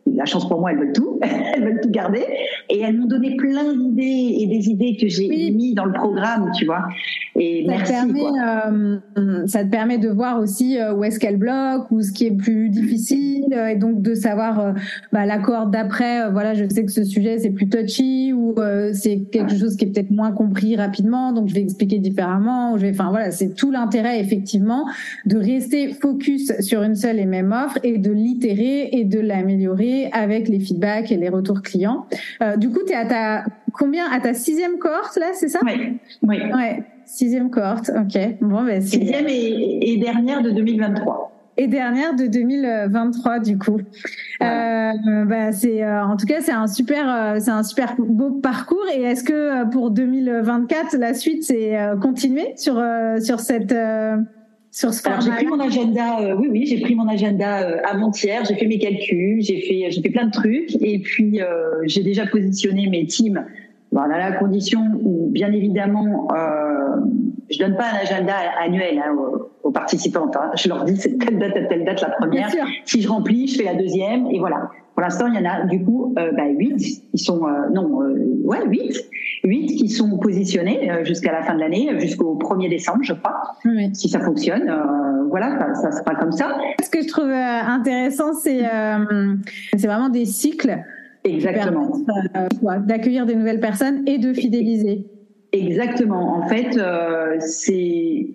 la chance pour moi, elles veulent tout, elles veulent tout garder, et elles m'ont donné plein d'idées et des idées que j'ai oui. mis dans le programme, tu vois. Et ça merci. Te permet, quoi. Euh, ça te permet de voir aussi où est-ce qu'elles bloquent ou ce qui est plus difficile, et donc de savoir euh, bah, la cohorte d'après. Euh, voilà, je sais que ce sujet c'est plus touchy ou euh, c'est quelque chose qui est peut-être moins compris rapidement, donc je vais expliquer différemment. Ou je vais, enfin voilà, c'est tout l'intérêt effectivement de rester focus sur une seule et même offre et de l'itérer et de l'améliorer avec les feedbacks et les retours clients. Euh, du coup, tu es à ta combien à ta sixième cohorte là, c'est ça? Oui, oui. Ouais, sixième cohorte. Ok. Bon, ben c'est sixième et, et dernière de deux mille vingt-trois. Et dernière de deux mille vingt-trois du coup. Voilà. Euh, bah c'est euh, en tout cas c'est un super euh, c'est un super beau parcours. Et est-ce que euh, pour deux mille vingt-quatre la suite c'est euh, continuer sur euh, sur cette euh, sur ce Alors, j'ai pris mon agenda, euh, oui, oui, j'ai pris mon agenda euh, avant-hier, j'ai fait mes calculs, j'ai fait, j'ai fait plein de trucs, et puis euh, j'ai déjà positionné mes teams. Voilà, à la condition où, bien évidemment, euh, je donne pas un agenda annuel hein, aux, aux participantes. Hein. Je leur dis c'est telle date à telle date la première. Si je remplis, je fais la deuxième, et voilà. Pour l'instant, il y en a du coup euh, bah, huit. Ils sont euh, non, euh, ouais, huit, huit qui sont positionnés euh, jusqu'à la fin de l'année, jusqu'au premier décembre, je crois. Oui. Si ça fonctionne, euh, voilà, ça, ça sera comme ça. Ce que je trouve euh, intéressant, c'est euh, c'est vraiment des cycles. Exactement. Qui permettent, euh, d'accueillir des nouvelles personnes et de fidéliser. Exactement. En fait, euh, c'est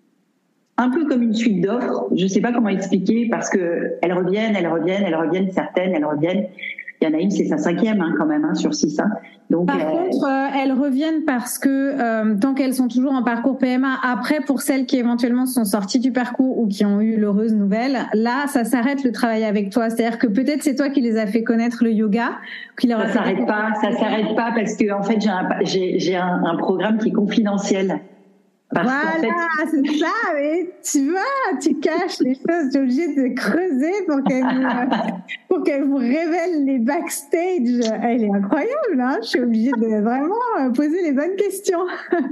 un peu comme une suite d'offres. Je ne sais pas comment expliquer parce que elles reviennent, elles reviennent, elles reviennent, certaines, elles reviennent. Il y en a une, c'est sa cinquième hein, quand même, hein, sur six. Hein. Donc, Par euh... contre, euh, elles reviennent parce que euh, tant qu'elles sont toujours en parcours P M A, après pour celles qui éventuellement sont sorties du parcours ou qui ont eu l'heureuse nouvelle, là, ça s'arrête le travail avec toi. C'est-à-dire que peut-être c'est toi qui les as fait connaître le yoga. Qui leur ça a s'arrête pas, ça s'arrête pas parce que en fait j'ai un, j'ai, j'ai un, un programme qui est confidentiel. Parce voilà, fait... c'est ça, mais tu vois, tu caches les choses, tu es obligé de creuser pour qu'elle vous, pour qu'elle vous révèle les backstage. Elle est incroyable, hein. Je suis obligée de vraiment poser les bonnes questions.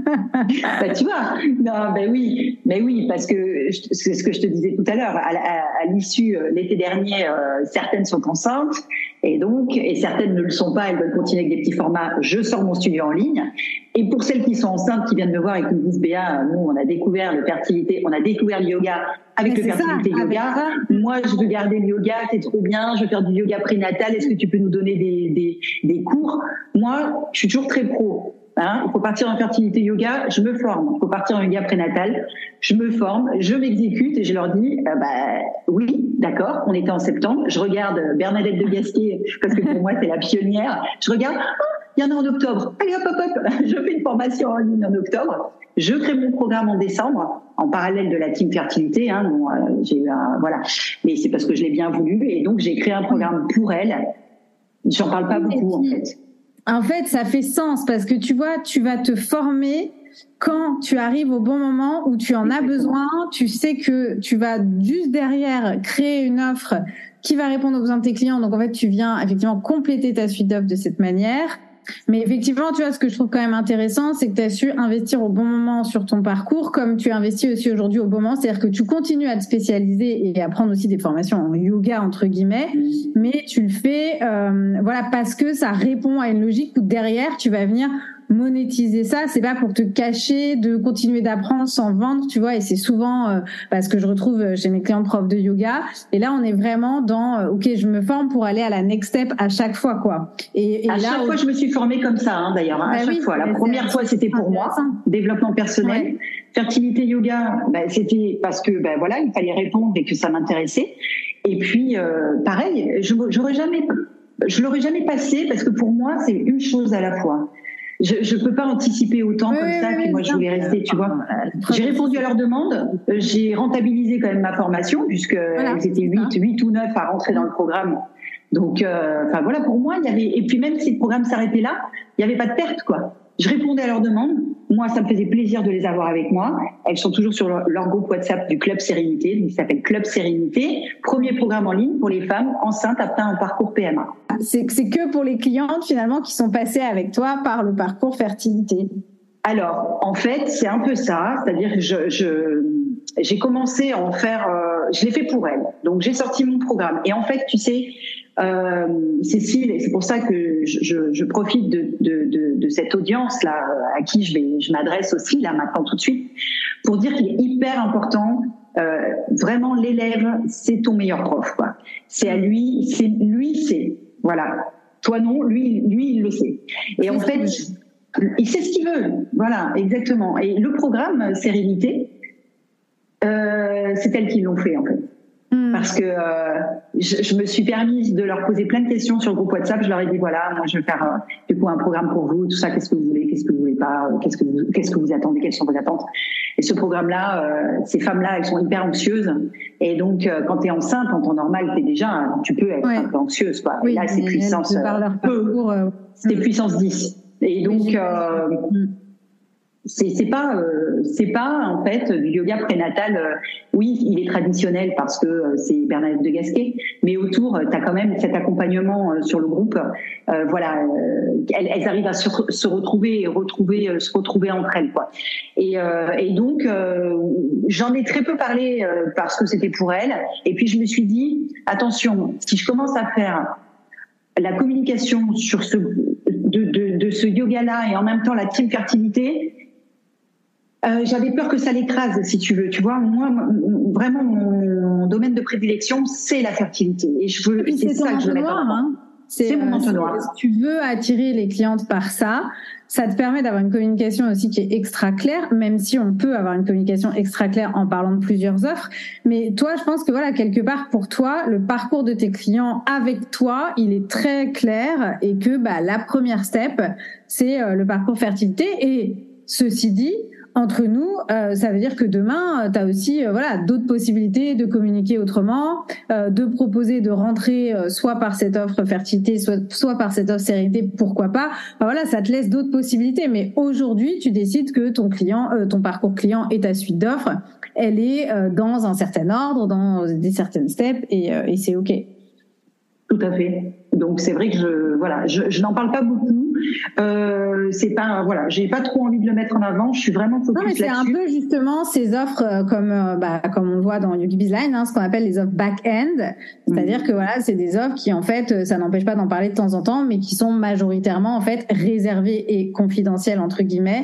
Bah, tu vois, non, ben oui, mais oui, parce que c'est ce que je te disais tout à l'heure. À, à, à l'issue, l'été dernier, euh, certaines sont enceintes et donc, et certaines ne le sont pas, elles veulent continuer avec des petits formats. Je sors mon studio en ligne. Et pour celles qui sont enceintes, qui viennent me voir et qui me disent, Béa, nous, on a découvert le fertilité, on a découvert le yoga avec mais le fertilité ça, yoga. Avec Moi, je veux garder le yoga, c'est trop bien. Je veux faire du yoga prénatal. Est-ce que tu peux nous donner des, des, des cours? Moi, je suis toujours très pro. Hein, il faut partir en fertilité yoga, je me forme. Il faut partir en yoga prénatal, je me forme, je m'exécute et je leur dis, euh, bah oui, d'accord. On était en septembre. Je regarde Bernadette de Gasquet parce que pour moi c'est la pionnière. Je regarde. Oh, il y en a en octobre. Allez hop hop hop. Je fais une formation en ligne en octobre. Je crée mon programme en décembre, en parallèle de la team fertilité. Hein, bon, euh, j'ai eu un, voilà, mais c'est parce que je l'ai bien voulu et donc j'ai créé un programme pour elle. J'en parle pas beaucoup en fait. En fait, ça fait sens parce que tu vois, tu vas te former quand tu arrives au bon moment où tu en as besoin. Tu sais que tu vas juste derrière créer une offre qui va répondre aux besoins de tes clients. Donc en fait, tu viens effectivement compléter ta suite d'offres de cette manière. Mais effectivement, tu vois, ce que je trouve quand même intéressant, c'est que tu as su investir au bon moment sur ton parcours, comme tu investis aussi aujourd'hui au bon moment. C'est-à-dire que tu continues à te spécialiser et à prendre aussi des formations en yoga, entre guillemets, mais tu le fais euh, voilà, parce que ça répond à une logique où derrière, tu vas venir monétiser ça. C'est pas pour te cacher de continuer d'apprendre sans vendre, tu vois, et c'est souvent euh, parce que je retrouve chez mes clients profs de yoga. Et là, on est vraiment dans euh, ok, je me forme pour aller à la next step à chaque fois, quoi. Et, et à là, chaque fois, je me suis formée comme ça, hein, d'ailleurs. Hein, bah à chaque oui, fois. La première fois, c'était pour moi, développement personnel. Ouais. Fertilité yoga, bah, c'était parce que ben bah, voilà, il fallait répondre et que ça m'intéressait. Et puis, euh, pareil, je j'aurais jamais, je l'aurais jamais passé parce que pour moi, c'est une chose à la fois. Je je peux pas anticiper autant oui, comme ça, oui, puis moi je voulais rester, tu vois. J'ai répondu à leurs demandes, j'ai rentabilisé quand même ma formation, puisque voilà, elles étaient huit, huit ou neuf à rentrer dans le programme. Donc, euh, enfin voilà, pour moi, il y avait, et puis même si le programme s'arrêtait là, il n'y avait pas de perte, quoi. Je répondais à leurs demandes. Moi, ça me faisait plaisir de les avoir avec moi. Elles sont toujours sur leur, leur groupe WhatsApp du Club Sérénité, donc il s'appelle Club Sérénité. Premier programme en ligne pour les femmes enceintes après un parcours P M A. C'est, c'est que pour les clientes finalement qui sont passées avec toi par le parcours fertilité. Alors, en fait, c'est un peu ça. C'est-à-dire que je, je, j'ai commencé à en faire. Euh, je l'ai fait pour elles. Donc, j'ai sorti mon programme. Et en fait, tu sais. euh, Cécile, et c'est pour ça que je, je, je profite de, de, de, de cette audience là à qui je vais, je m'adresse aussi là maintenant tout de suite, pour dire qu'il est hyper important. Euh, vraiment, l'élève, c'est ton meilleur prof, quoi. C'est à lui, c'est lui, c'est voilà. Toi non, lui, lui, il le sait. Et en fait, il sait ce qu'il veut. Voilà, exactement. Et le programme Sérénité, euh, c'est elles qui l'ont fait en fait. Mmh. Parce que euh, je, je me suis permise de leur poser plein de questions sur le groupe WhatsApp. Je leur ai dit voilà, moi je vais faire euh, du coup un programme pour vous, tout ça. Qu'est-ce que vous voulez, qu'est-ce que vous voulez pas, qu'est-ce que vous, qu'est-ce que vous attendez, quelles sont vos attentes. Et ce programme-là, euh, ces femmes-là, elles sont hyper anxieuses. Et donc, euh, quand tu es enceinte, en temps normal, t'es déjà, tu peux être ouais. un peu anxieuse, quoi. Oui, et là, c'est puissance, euh, parcours, euh, c'est puissance dix. Et donc. Oui, euh, c'est c'est pas euh, c'est pas en fait du yoga prénatal. Euh, oui, il est traditionnel parce que euh, c'est Bernadette de Gasquet, mais autour tu as quand même cet accompagnement euh, sur le groupe. Euh, voilà, euh, elles, elles arrivent à se, se retrouver et retrouver euh, se retrouver entre elles, quoi. Et euh, et donc euh, j'en ai très peu parlé euh, parce que c'était pour elles. Et puis je me suis dit attention, si je commence à faire la communication sur ce de de, de ce yoga là et en même temps la team fertilité. Euh, j'avais peur que ça l'écrase, si tu veux. Tu vois, moi, vraiment, mon domaine de prédilection, c'est la fertilité. Et je veux, c'est, c'est ça que je veux mettre en avant. Hein. C'est, c'est mon euh, entonnoir. Si tu veux attirer les clientes par ça, ça te permet d'avoir une communication aussi qui est extra claire, même si on peut avoir une communication extra claire en parlant de plusieurs offres. Mais toi, je pense que voilà, quelque part, pour toi, le parcours de tes clients avec toi, il est très clair et que bah, la première step, c'est euh, le parcours fertilité. Et ceci dit, entre nous, euh, ça veut dire que demain, tu as aussi euh, voilà d'autres possibilités de communiquer autrement, euh, de proposer de rentrer euh, soit par cette offre fertilité, soit, soit par cette offre sérénité, pourquoi pas. Enfin, voilà, ça te laisse d'autres possibilités. Mais aujourd'hui, tu décides que ton client, euh, ton parcours client et ta suite d'offres, elle est euh, dans un certain ordre, dans des certaines steps, et, euh, et c'est ok. Tout à fait. Donc c'est vrai que je voilà, je, je n'en parle pas beaucoup. Euh, c'est pas voilà, j'ai pas trop envie de le mettre en avant. Je suis vraiment focus là-dessus. Non mais c'est là-dessus. un peu justement ces offres euh, comme euh, bah comme on le voit dans YogiBizline, hein, ce qu'on appelle les offres back-end. C'est-à-dire mmh. que voilà, c'est des offres qui en fait, ça n'empêche pas d'en parler de temps en temps, mais qui sont majoritairement en fait réservées et confidentielles entre guillemets.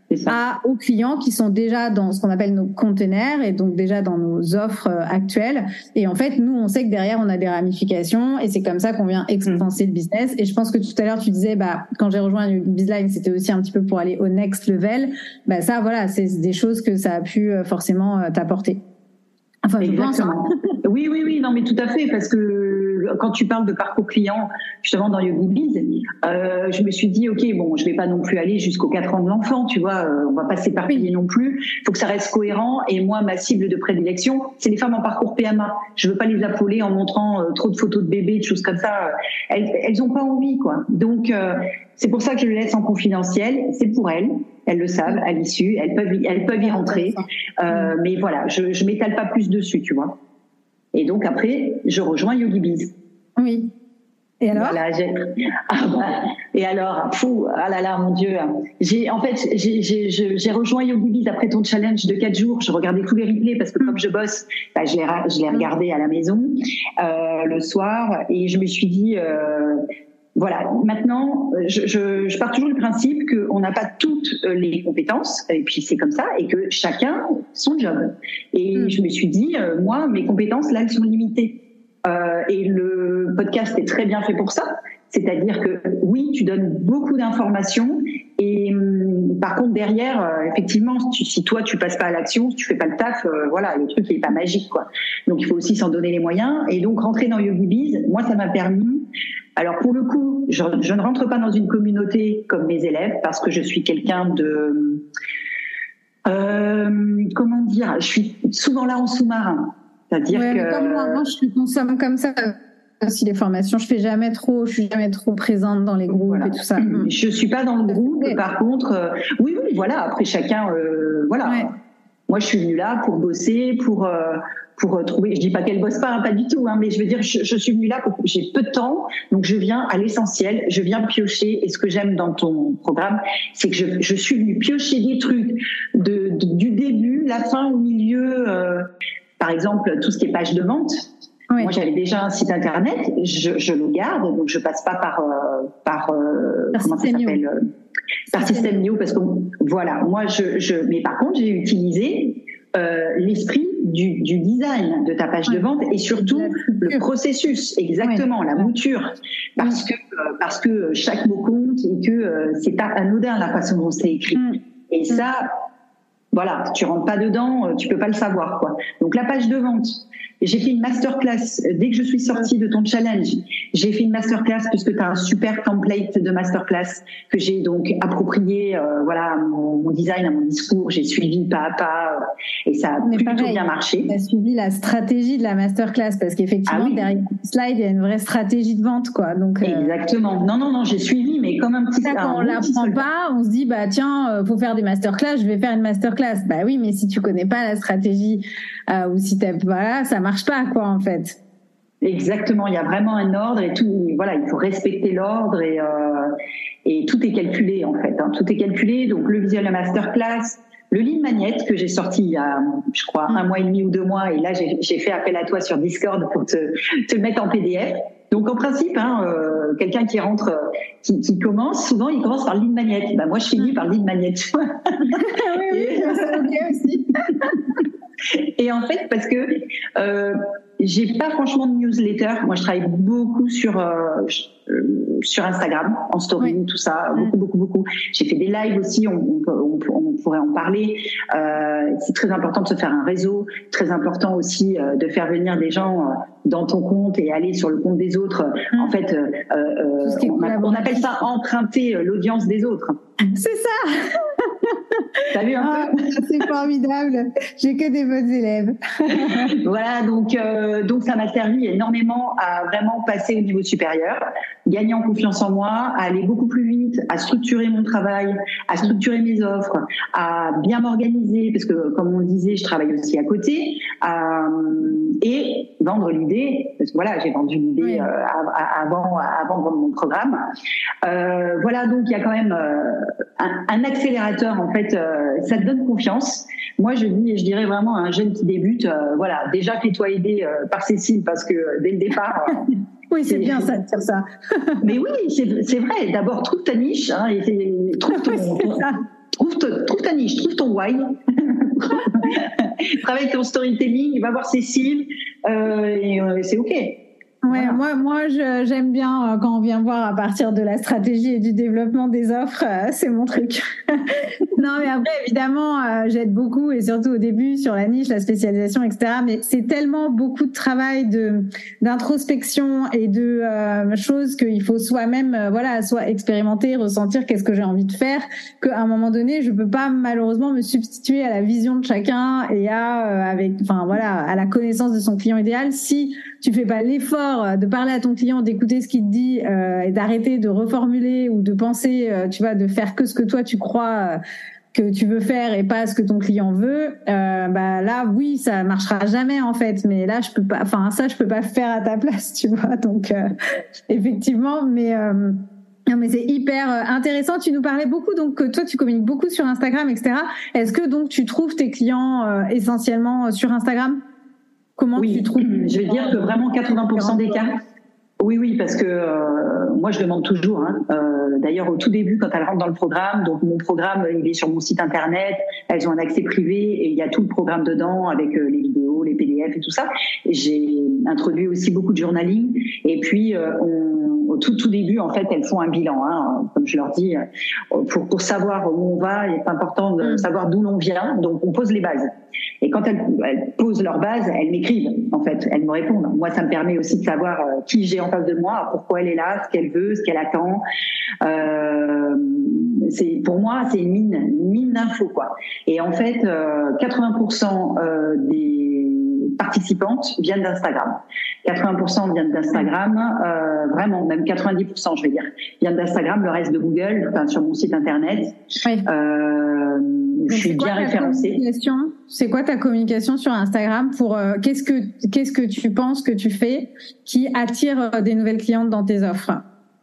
À, aux clients qui sont déjà dans ce qu'on appelle nos containers et donc déjà dans nos offres actuelles. Et en fait, nous, on sait que derrière, on a des ramifications et c'est comme ça qu'on vient expanser mmh. le business. Et je pense que tout à l'heure, tu disais, bah, quand j'ai rejoint YogiBizline, c'était aussi un petit peu pour aller au next level. Bah, ça, voilà, c'est des choses que ça a pu forcément t'apporter. Enfin, exactement. Je pense, hein. Oui, oui, oui, non, mais tout à fait, parce que quand tu parles de parcours client, justement dans YogiBiz, euh, je me suis dit, ok, bon, je vais pas non plus aller jusqu'aux quatre ans de l'enfant, tu vois, euh, on va pas s'éparpiller oui. non plus. Il faut que ça reste cohérent. Et moi, ma cible de prédilection, c'est les femmes en parcours P M A. Je veux pas les affoler en montrant euh, trop de photos de bébés, de choses comme ça. Elles, elles ont pas envie, quoi. Donc, euh, c'est pour ça que je le laisse en confidentiel. C'est pour elles. Elles le savent à l'issue. Elles peuvent, y, elles peuvent y rentrer. Euh, mais voilà, je, je m'étale pas plus dessus, tu vois. Et donc après, je rejoins YogiBiz. Oui. Et alors voilà, j'ai... Ah bah, et alors, fou, ah là là, mon Dieu. J'ai, en fait, j'ai, j'ai, j'ai rejoint YogiBiz après ton challenge de quatre jours. Je regardais tous les replays parce que comme je bosse, bah, je l'ai, je l'ai regardé à la maison euh, le soir et je me suis dit. Euh, Voilà. Maintenant, je, je, je pars toujours du principe qu'on n'a pas toutes les compétences, et puis c'est comme ça, et que chacun son job. Et mmh. je me suis dit, euh, moi, mes compétences là, elles sont limitées. Euh, et le podcast est très bien fait pour ça. C'est-à-dire que oui, tu donnes beaucoup d'informations, et hum, par contre derrière, euh, effectivement, si, tu, si toi tu passes pas à l'action, si tu fais pas le taf, euh, voilà, le truc il est pas magique, quoi. Donc il faut aussi s'en donner les moyens. Et donc rentrer dans YogiBiz, moi ça m'a permis. Alors pour le coup, je, je ne rentre pas dans une communauté comme mes élèves parce que je suis quelqu'un de, euh, comment dire, je suis souvent là en sous-marin, c'est-à-dire ouais, que comme moi, moi, je consomme comme ça aussi les formations. Je fais jamais trop, je suis jamais trop présente dans les groupes voilà. et tout ça. Je suis pas dans le groupe. Ouais. Par contre, euh, oui, oui, voilà. Après chacun, euh, voilà. Ouais. Moi, je suis venue là pour bosser, pour euh, pour trouver. Je dis pas qu'elle bosse pas, hein, pas du tout. Hein, mais je veux dire, je, je suis venue là pour. J'ai peu de temps, donc je viens à l'essentiel. Je viens piocher. Et ce que j'aime dans ton programme, c'est que je, je suis venue piocher des trucs de, de du début, la fin, au milieu. Euh, par exemple, tout ce qui est page de vente. Oui. Moi, j'avais déjà un site internet, je, je le garde, donc je passe pas par euh, par, euh, par comment ça s'appelle euh, par Système Neo parce que voilà, moi je je mais par contre j'ai utilisé euh, l'esprit du, du design de ta page ouais. de vente et surtout le processus, exactement, ouais. la mouture, parce que euh, parce que chaque mot compte et que euh, c'est pas anodin la façon dont c'est écrit. Mm. Et ça, voilà, tu rentres pas dedans, tu peux pas le savoir, quoi. Donc la page de vente. J'ai fait une masterclass dès que je suis sortie de ton challenge. J'ai fait une masterclass puisque tu as un super template de masterclass que j'ai donc approprié, euh, voilà, à mon, mon design, à mon discours. J'ai suivi pas à pas euh, et ça a Mais plutôt pareil, bien marché. Tu as suivi la stratégie de la masterclass parce qu'effectivement ah oui. derrière le slide il y a une vraie stratégie de vente, quoi. Donc euh... exactement. Non non non, j'ai suivi, mais comme un petit. Ça, quand on l'apprend pas, on se dit bah tiens, euh, faut faire des masterclass, je vais faire une masterclass. Bah oui, mais si tu connais pas la stratégie euh, ou si t'as voilà, ça marche pas, quoi, en fait. Exactement, il y a vraiment un ordre et tout. Voilà, il faut respecter l'ordre et euh, et tout est calculé en fait. Hein, tout est calculé. Donc le visuel, la masterclass, le lead magnet que j'ai sorti il y a, je crois, un mois et demi ou deux mois. Et là, j'ai, j'ai fait appel à toi sur Discord pour te te le mettre en P D F. Donc en principe, hein, euh, quelqu'un qui rentre, euh, qui, qui commence, souvent il commence par le lead magnet. Bah moi, je finis par le lead magnet. oui, oui, c'est ok aussi. Et en fait, parce que euh, j'ai pas franchement de newsletter. Moi, je travaille beaucoup sur euh, sur Instagram, en story, oui. tout ça, beaucoup, beaucoup, beaucoup. J'ai fait des lives aussi. On, on, on, on pourrait en parler. Euh, c'est très important de se faire un réseau. Très important aussi euh, de faire venir des gens euh, dans ton compte et aller sur le compte des autres. Mmh. En fait, euh, euh, on, a, on appelle ça emprunter l'audience des autres. C'est ça. T'as vu un ah, peu? C'est formidable. J'ai que des bonnes élèves. Voilà, donc euh, donc ça m'a servi énormément à vraiment passer au niveau supérieur, gagner en confiance en moi, à aller beaucoup plus vite, à structurer mon travail, à structurer mes offres, à bien m'organiser parce que comme on le disait, je travaille aussi à côté, à, et vendre l'idée. Parce que voilà, j'ai vendu l'idée oui. euh, avant avant de vendre mon programme. Euh, voilà, donc il y a quand même euh, un, un accélérateur en fait. Euh, ça te donne confiance. Moi, je dis, je dirais vraiment à un jeune qui débute, euh, voilà, déjà fais-toi aider euh, par Cécile parce que euh, dès le départ. Euh, oui, c'est, c'est bien ça de dire ça. Mais oui, c'est, c'est vrai. D'abord, trouve ta niche, hein, et trouve ton, ton trouve, te, trouve ta niche, trouve ton why. Travaille ton storytelling, va voir Cécile, euh, et euh, c'est ok. Ouais, voilà. moi, moi, je, j'aime bien euh, quand on vient voir à partir de la stratégie et du développement des offres, euh, c'est mon truc. Non, mais après, évidemment, euh, j'aide beaucoup et surtout au début sur la niche, la spécialisation, et cetera. Mais c'est tellement beaucoup de travail de d'introspection et de euh, choses qu'il faut soi-même, euh, voilà, soit expérimenter, ressentir qu'est-ce que j'ai envie de faire, qu'à un moment donné, je peux pas malheureusement me substituer à la vision de chacun et à euh, avec, enfin voilà, à la connaissance de son client idéal si tu fais pas l'effort de parler à ton client, d'écouter ce qu'il te dit euh, et d'arrêter de reformuler ou de penser, euh, tu vois, de faire que ce que toi tu crois euh, que tu veux faire et pas ce que ton client veut. Euh, bah là, oui, ça marchera jamais en fait. Mais là, je peux pas. Enfin, ça, je peux pas faire à ta place, tu vois. Donc, euh, effectivement, mais. Euh, Non, mais c'est hyper intéressant. Tu nous parlais beaucoup, donc que toi tu communiques beaucoup sur Instagram, et cetera. Est-ce que donc tu trouves tes clients euh, essentiellement sur Instagram? Comment oui, tu trouves? Je vais dire que vraiment quatre-vingts pour cent des cas. Oui, oui, parce que euh, moi je demande toujours. Hein, euh, d'ailleurs, au tout début, quand elles rentrent dans le programme, donc mon programme, il est sur mon site internet. Elles ont un accès privé et il y a tout le programme dedans avec euh, les vidéos, les P D F et tout ça. Et j'ai introduit aussi beaucoup de journaling. Et puis, euh, on, au tout tout début, en fait, elles font un bilan. Hein, comme je leur dis, pour pour savoir où on va, il est important de savoir d'où l'on vient. Donc, on pose les bases. Et quand elles, elles posent leurs bases, elles m'écrivent. En fait, elles me répondent. Moi, ça me permet aussi de savoir euh, qui j'ai en face de moi, pourquoi elle est là, ce qu'elle veut, ce qu'elle attend. Euh, c'est pour moi, c'est une mine, une mine d'infos, quoi. Et en fait, euh, quatre-vingts pour cent euh, des participantes viennent d'Instagram. quatre-vingts pour cent viennent d'Instagram, euh, vraiment, même quatre-vingt-dix pour cent, je vais dire, viennent d'Instagram. Le reste de Google, enfin sur mon site internet. Oui. Euh, je suis bien référencée. C'est quoi ta communication sur Instagram pour euh, qu'est-ce que qu'est-ce que tu penses que tu fais qui attire euh, des nouvelles clientes dans tes offres?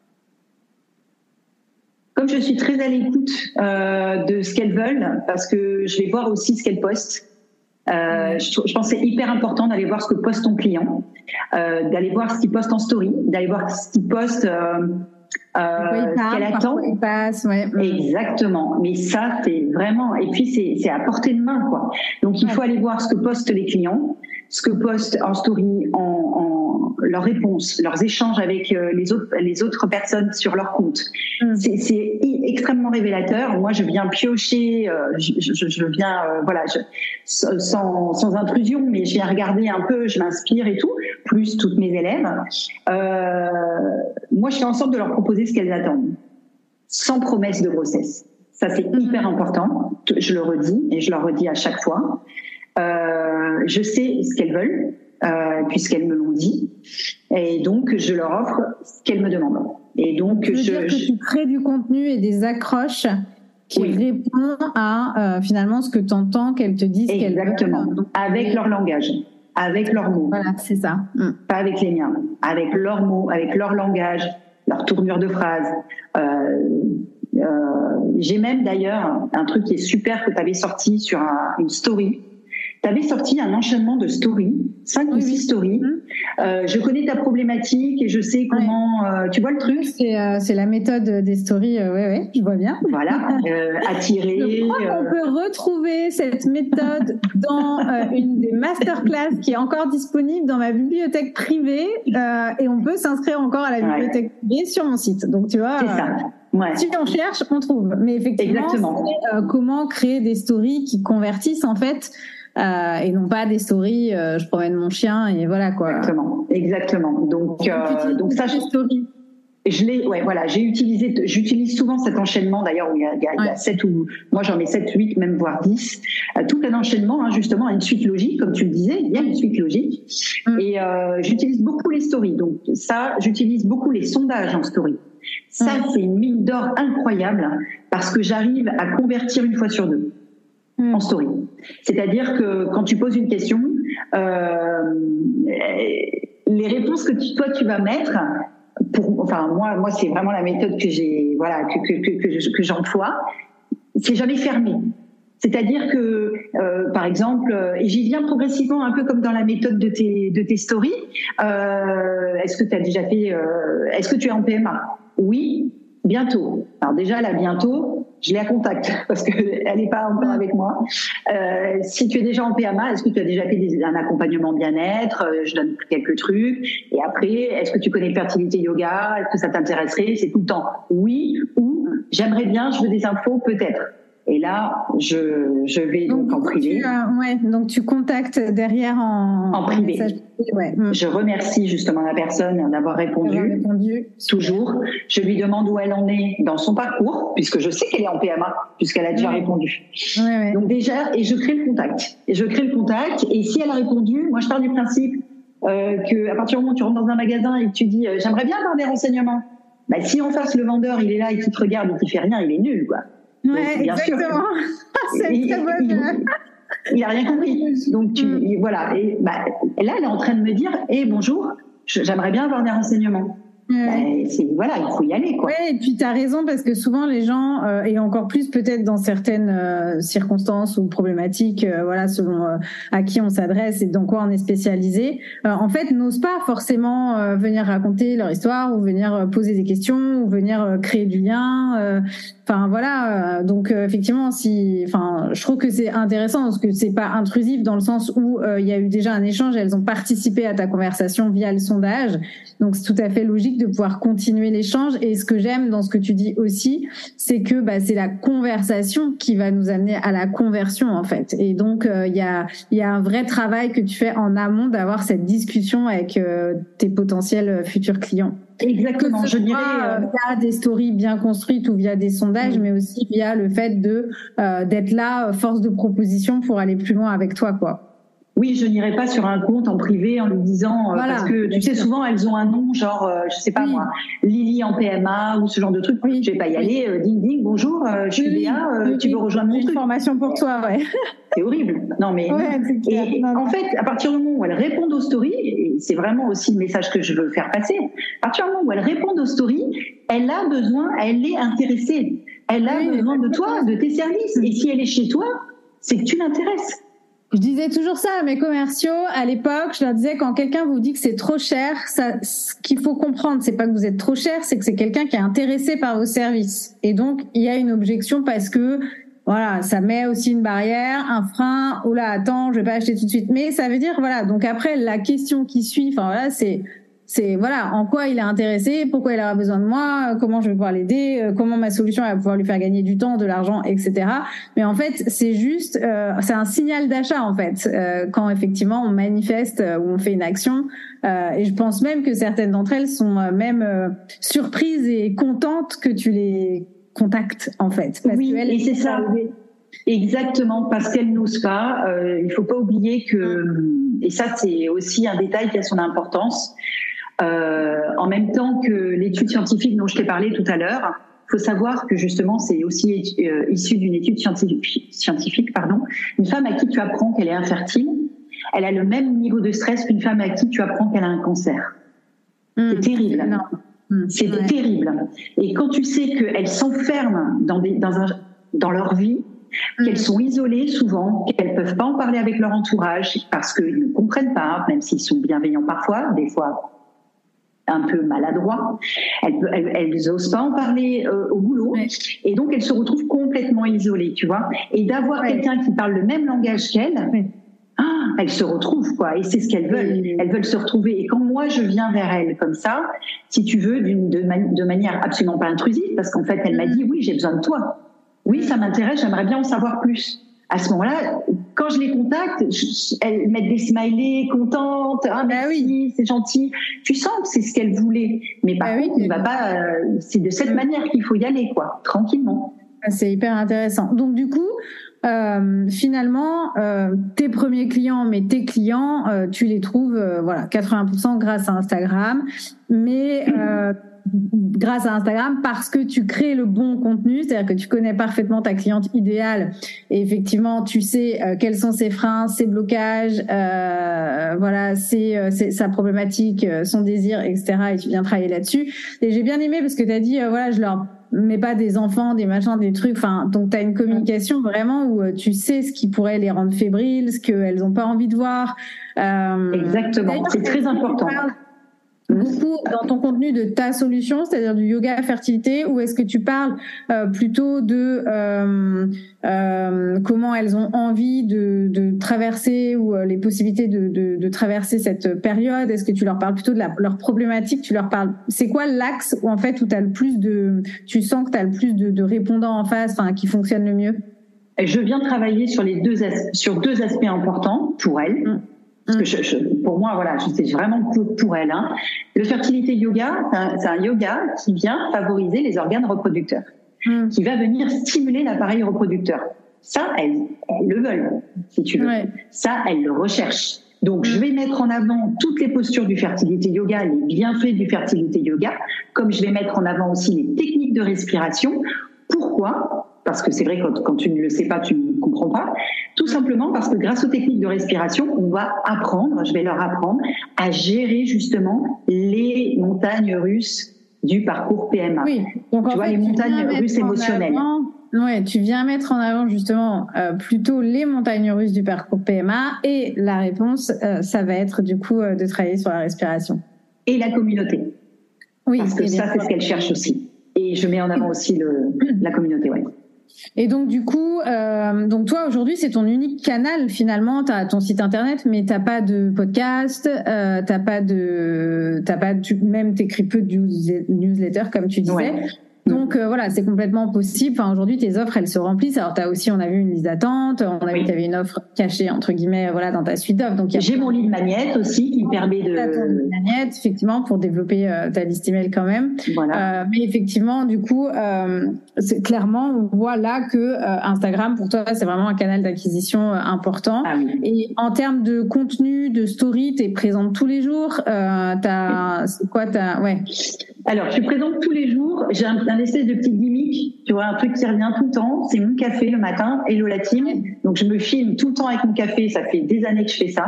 Comme je suis très à l'écoute euh, de ce qu'elles veulent, parce que je vais voir aussi ce qu'elles postent. Euh, je, je pense que c'est hyper important d'aller voir ce que poste ton client, euh, d'aller voir ce qu'il poste en story, d'aller voir ce qu'il poste, euh, euh, ce qu'elle attend. Il passe, ouais. Exactement. Mais ça, c'est vraiment. Et puis c'est, c'est à portée de main, quoi. Donc il ouais. faut aller voir ce que postent les clients, ce que postent en story, en, en leurs réponses, leurs échanges avec les autres, les autres personnes sur leur compte. Mm. C'est, c'est extrêmement révélateur. Moi, je viens piocher, euh, je, je, je viens, euh, voilà, je, sans, sans intrusion, mais je viens regarder un peu, je m'inspire et tout, plus toutes mes élèves. Euh, moi, je fais en sorte de leur proposer ce qu'elles attendent, sans promesse de grossesse. Ça, c'est mm. hyper important. Je le redis et je le redis à chaque fois. Euh, je sais ce qu'elles veulent. Euh, puisqu'elles me l'ont dit, et donc je leur offre ce qu'elles me demandent. Et donc tu veux je, dire que je... tu crées du contenu et des accroches qui oui. répondent à euh, finalement ce que tu entends qu'elles te disent. Exactement. Qu'elles veulent. Avec leur langage, avec leurs mots. Voilà, c'est ça. Mm. Pas avec les miens, avec leurs mots, avec leur langage, leur tournure de phrase. Euh, euh, j'ai même d'ailleurs un truc qui est super que tu avais sorti sur un, une story. Tu avais sorti un enchaînement de stories, cinq oui, ou six oui. stories. Euh, je connais ta problématique et je sais comment... Ouais. Euh, tu vois le truc ? C'est, euh, c'est la méthode des stories, euh, oui, oui, je vois bien. Voilà, euh, attirer... Je crois euh... qu'on peut retrouver cette méthode dans euh, une des masterclass qui est encore disponible dans ma bibliothèque privée euh, et on peut s'inscrire encore à la bibliothèque ouais. privée sur mon site. Donc, tu vois... C'est ça. Ouais. Si on cherche, on trouve. Mais effectivement, Exactement. c'est euh, comment créer des stories qui convertissent en fait... Euh, et non pas des stories euh, je promène mon chien et voilà quoi. Exactement, exactement. Donc euh, donc ça je, je l'ai ouais voilà, j'ai utilisé j'utilise souvent cet enchaînement d'ailleurs où il y a il y a, ouais. il y a sept ou moi j'en ai sept huit même voire dix euh, tout un enchaînement hein, justement à une suite logique comme tu le disais, il y a une suite logique mm. et euh, j'utilise beaucoup les stories. Donc ça j'utilise beaucoup les sondages en story. Ça mm. c'est une mine d'or incroyable parce que j'arrive à convertir une fois sur deux. En story. C'est-à-dire que quand tu poses une question, euh, les réponses que tu, toi tu vas mettre, pour, enfin moi, moi c'est vraiment la méthode que j'ai, voilà, que que que, que, que j'emploie. C'est jamais fermé. C'est-à-dire que, euh, par exemple, et j'y viens progressivement, un peu comme dans la méthode de tes de tes stories. Euh, est-ce que tu as déjà fait euh, Est-ce que tu es en P M A ? Oui, bientôt. Alors déjà là, bientôt. Je l'ai à contact parce qu'elle n'est pas encore avec moi. Euh, si tu es déjà en P M A, est-ce que tu as déjà fait des, un accompagnement bien-être ? Je donne quelques trucs. Et après, est-ce que tu connais fertilité yoga ? Est-ce que ça t'intéresserait ? C'est tout le temps oui ou j'aimerais bien, je veux des infos peut-être. Et là, je, je vais donc, donc en privé. Tu, euh, ouais, donc tu contactes derrière en, en privé. Message. Ouais. Je remercie justement la personne d'avoir répondu, répondu. Toujours. Je lui demande où elle en est dans son parcours, puisque je sais qu'elle est en P M A, puisqu'elle a déjà ouais. répondu. Ouais, ouais. Donc déjà, et je crée le contact. Et je crée le contact. Et si elle a répondu, moi je pars du principe euh, que à partir du moment où tu rentres dans un magasin et que tu dis euh, j'aimerais bien avoir des renseignements, bah si en face le vendeur il est là et qu'il te regarde et qu'il fait rien, il est nul quoi. Ouais, donc, bien exactement. Sûr, c'est une très bonne. Il, il a rien compris. Donc tu, mm. il, voilà. Et bah, là, elle est en train de me dire, eh bonjour, j'aimerais bien avoir des renseignements. Ouais. Bah, c'est, voilà, il faut y aller, quoi. Ouais, et puis tu as raison parce que souvent les gens, euh, et encore plus peut-être dans certaines euh, circonstances ou problématiques, euh, voilà, selon euh, à qui on s'adresse et dans quoi on est spécialisé, euh, en fait, n'osent pas forcément euh, venir raconter leur histoire ou venir euh, poser des questions ou venir euh, créer du lien. Euh, Enfin voilà, euh, donc euh, effectivement, si, enfin, je trouve que c'est intéressant parce que c'est pas intrusif dans le sens où il euh, y a eu déjà un échange, elles ont participé à ta conversation via le sondage, donc c'est tout à fait logique de pouvoir continuer l'échange. Et ce que j'aime dans ce que tu dis aussi, c'est que bah, c'est la conversation qui va nous amener à la conversion en fait. Et donc il euh, y a il y a un vrai travail que tu fais en amont d'avoir cette discussion avec euh, tes potentiels futurs clients. Exactement, je dirais euh, via des stories bien construites ou via des sondages, mmh. mais aussi via le fait de euh, d'être là, force de proposition pour aller plus loin avec toi, quoi. Oui, je n'irai pas sur un compte en privé en lui disant euh, voilà, parce que tu sais sûr. Souvent elles ont un nom genre euh, je sais pas oui. moi Lily en P M A ou ce genre de truc. Oui. Je vais pas y oui. aller. Euh, ding ding, bonjour, euh, je suis oui, Léa. Euh, oui, tu oui. veux rejoindre mon truc. Formation pour toi, ouais. C'est horrible. Non mais ouais, c'est et non, non. En fait, à partir du moment où elles répondent aux stories, et c'est vraiment aussi le message que je veux faire passer. À partir du moment où elles répondent aux stories, elle a besoin, elle est intéressée. Elle a oui, besoin de toi, de tes services. Et si elle est chez toi, c'est que tu l'intéresses. Je disais toujours ça à mes commerciaux à l'époque. Je leur disais, quand quelqu'un vous dit que c'est trop cher, ça, ce qu'il faut comprendre, c'est pas que vous êtes trop cher, c'est que c'est quelqu'un qui est intéressé par vos services. Et donc, il y a une objection parce que, voilà, ça met aussi une barrière, un frein. Oh là, attends, je vais pas acheter tout de suite. Mais ça veut dire, voilà. Donc après, la question qui suit, enfin voilà, c'est, c'est voilà, en quoi il est intéressé, pourquoi il aura besoin de moi, comment je vais pouvoir l'aider, comment ma solution va pouvoir lui faire gagner du temps, de l'argent, et cetera. Mais en fait, c'est juste, euh, c'est un signal d'achat en fait, euh, quand effectivement on manifeste euh, ou on fait une action. Euh, et je pense même que certaines d'entre elles sont euh, même euh, surprises et contentes que tu les contactes en fait. Parce oui, et c'est ça. Exactement, parce qu'elles n'osent pas. Euh, il faut pas oublier que, et ça c'est aussi un détail qui a son importance. Euh, en même temps que l'étude scientifique dont je t'ai parlé tout à l'heure, il faut savoir que justement c'est aussi euh, issu d'une étude scientifique, scientifique pardon. Une femme à qui tu apprends qu'elle est infertile, elle a le même niveau de stress qu'une femme à qui tu apprends qu'elle a un cancer. Mmh, c'est terrible. Mmh, c'est ouais. terrible. Et quand tu sais qu'elles s'enferment dans, des, dans, un, dans leur vie, mmh. qu'elles sont isolées souvent, qu'elles peuvent pas en parler avec leur entourage parce qu'ils ne comprennent pas, même s'ils sont bienveillants parfois, des fois un peu maladroits, elles, elles, elles osent pas en parler euh, au boulot, ouais. et donc elles se retrouvent complètement isolées, tu vois. Et d'avoir ouais. quelqu'un qui parle le même langage qu'elles, ouais. ah, elles se retrouvent, quoi. Et c'est ce qu'elles veulent. Ouais. Elles veulent se retrouver. Et quand moi je viens vers elles comme ça, si tu veux, d'une, de, man- de manière absolument pas intrusive, parce qu'en fait elle m'a dit oui, j'ai besoin de toi. Oui, ça m'intéresse, j'aimerais bien en savoir plus. À ce moment-là, quand je les contacte, je, elles mettent des smileys, contentes, ah merci, bah oui. c'est gentil. Tu sens que c'est ce qu'elles voulaient, mais par bah contre, oui. il va pas. Euh, c'est de cette mmh. manière qu'il faut y aller, quoi, tranquillement. C'est hyper intéressant. Donc du coup, euh, finalement, euh, tes premiers clients, mais tes clients, euh, tu les trouves, euh, voilà, quatre-vingts pour cent grâce à Instagram, mais euh, grâce à Instagram parce que tu crées le bon contenu, c'est-à-dire que tu connais parfaitement ta cliente idéale et effectivement tu sais euh, quels sont ses freins, ses blocages, euh, voilà, ses, euh, ses, sa problématique, euh, son désir, et cetera. Et tu viens travailler là-dessus. Et j'ai bien aimé parce que tu as dit, euh, voilà, je leur mets pas des enfants, des machins, des trucs. Enfin, donc tu as une communication vraiment où euh, tu sais ce qui pourrait les rendre fébriles, ce qu'elles ont pas envie de voir. Euh, Exactement, c'est très important. Beaucoup dans ton contenu de ta solution, c'est-à-dire du yoga fertilité, ou est-ce que tu parles euh, plutôt de euh, euh, comment elles ont envie de, de traverser ou euh, les possibilités de, de, de traverser cette période? Est-ce que tu leur parles plutôt de la, leur problématique? Tu leur parles. C'est quoi l'axe où en fait où t'as le plus de, tu sens que t'as le plus de, de répondants en face, enfin qui fonctionnent le mieux? Je viens travailler sur les deux as- sur deux aspects importants pour elles. Mmh. Parce que je, je, pour moi, voilà, c'est vraiment pour, pour elle. Hein. Le fertilité yoga, c'est un, c'est un yoga qui vient favoriser les organes reproducteurs, mmh. qui va venir stimuler l'appareil reproducteur. Ça, elles, elles le veulent, si tu veux. Ouais. Ça, elles le recherchent. Donc, mmh. je vais mettre en avant toutes les postures du fertilité yoga, les bienfaits du fertilité yoga, comme je vais mettre en avant aussi les techniques de respiration. Pourquoi ? Parce que c'est vrai, quand, quand tu ne le sais pas, tu ne comprends pas. Tout simplement parce que grâce aux techniques de respiration, on va apprendre, je vais leur apprendre à gérer justement les montagnes russes du parcours P M A. Oui, donc tu en vois, fait, les montagnes russes émotionnelles. Oui, tu viens mettre en avant justement euh, plutôt les montagnes russes du parcours P M A et la réponse, euh, ça va être du coup euh, de travailler sur la respiration. Et la communauté. Oui. Parce que ça, c'est ce qu'elle cherche aussi. Et je mets en avant aussi le, la communauté, ouais. Et donc du coup, euh, donc toi aujourd'hui c'est ton unique canal finalement. T'as ton site internet, mais t'as pas de podcast, euh, t'as pas de, t'as pas tu, même t'écris peu de newsletter comme tu disais. Ouais. Donc euh, voilà, c'est complètement possible. Enfin aujourd'hui tes offres elles se remplissent. Alors t'as aussi, on a vu une liste d'attente, on a oui. vu que t'avais une offre cachée entre guillemets, voilà, dans ta suite d'offres. Donc j'ai mon lead magnet aussi qui me permet de. T'as ton lead magnet effectivement pour développer euh, ta liste email quand même. Voilà. Euh, mais effectivement du coup, euh, c'est clairement on voit là que euh, Instagram pour toi c'est vraiment un canal d'acquisition euh, important. Ah oui. Et en termes de contenu, de story, t'es présente tous les jours. Euh, t'as, c'est quoi t'as, ouais. Alors, je suis présente tous les jours. J'ai un, un espèce de petit gimmick, tu vois, un truc qui revient tout le temps. C'est mon café le matin, Hello la team. Donc, je me filme tout le temps avec mon café. Ça fait des années que je fais ça.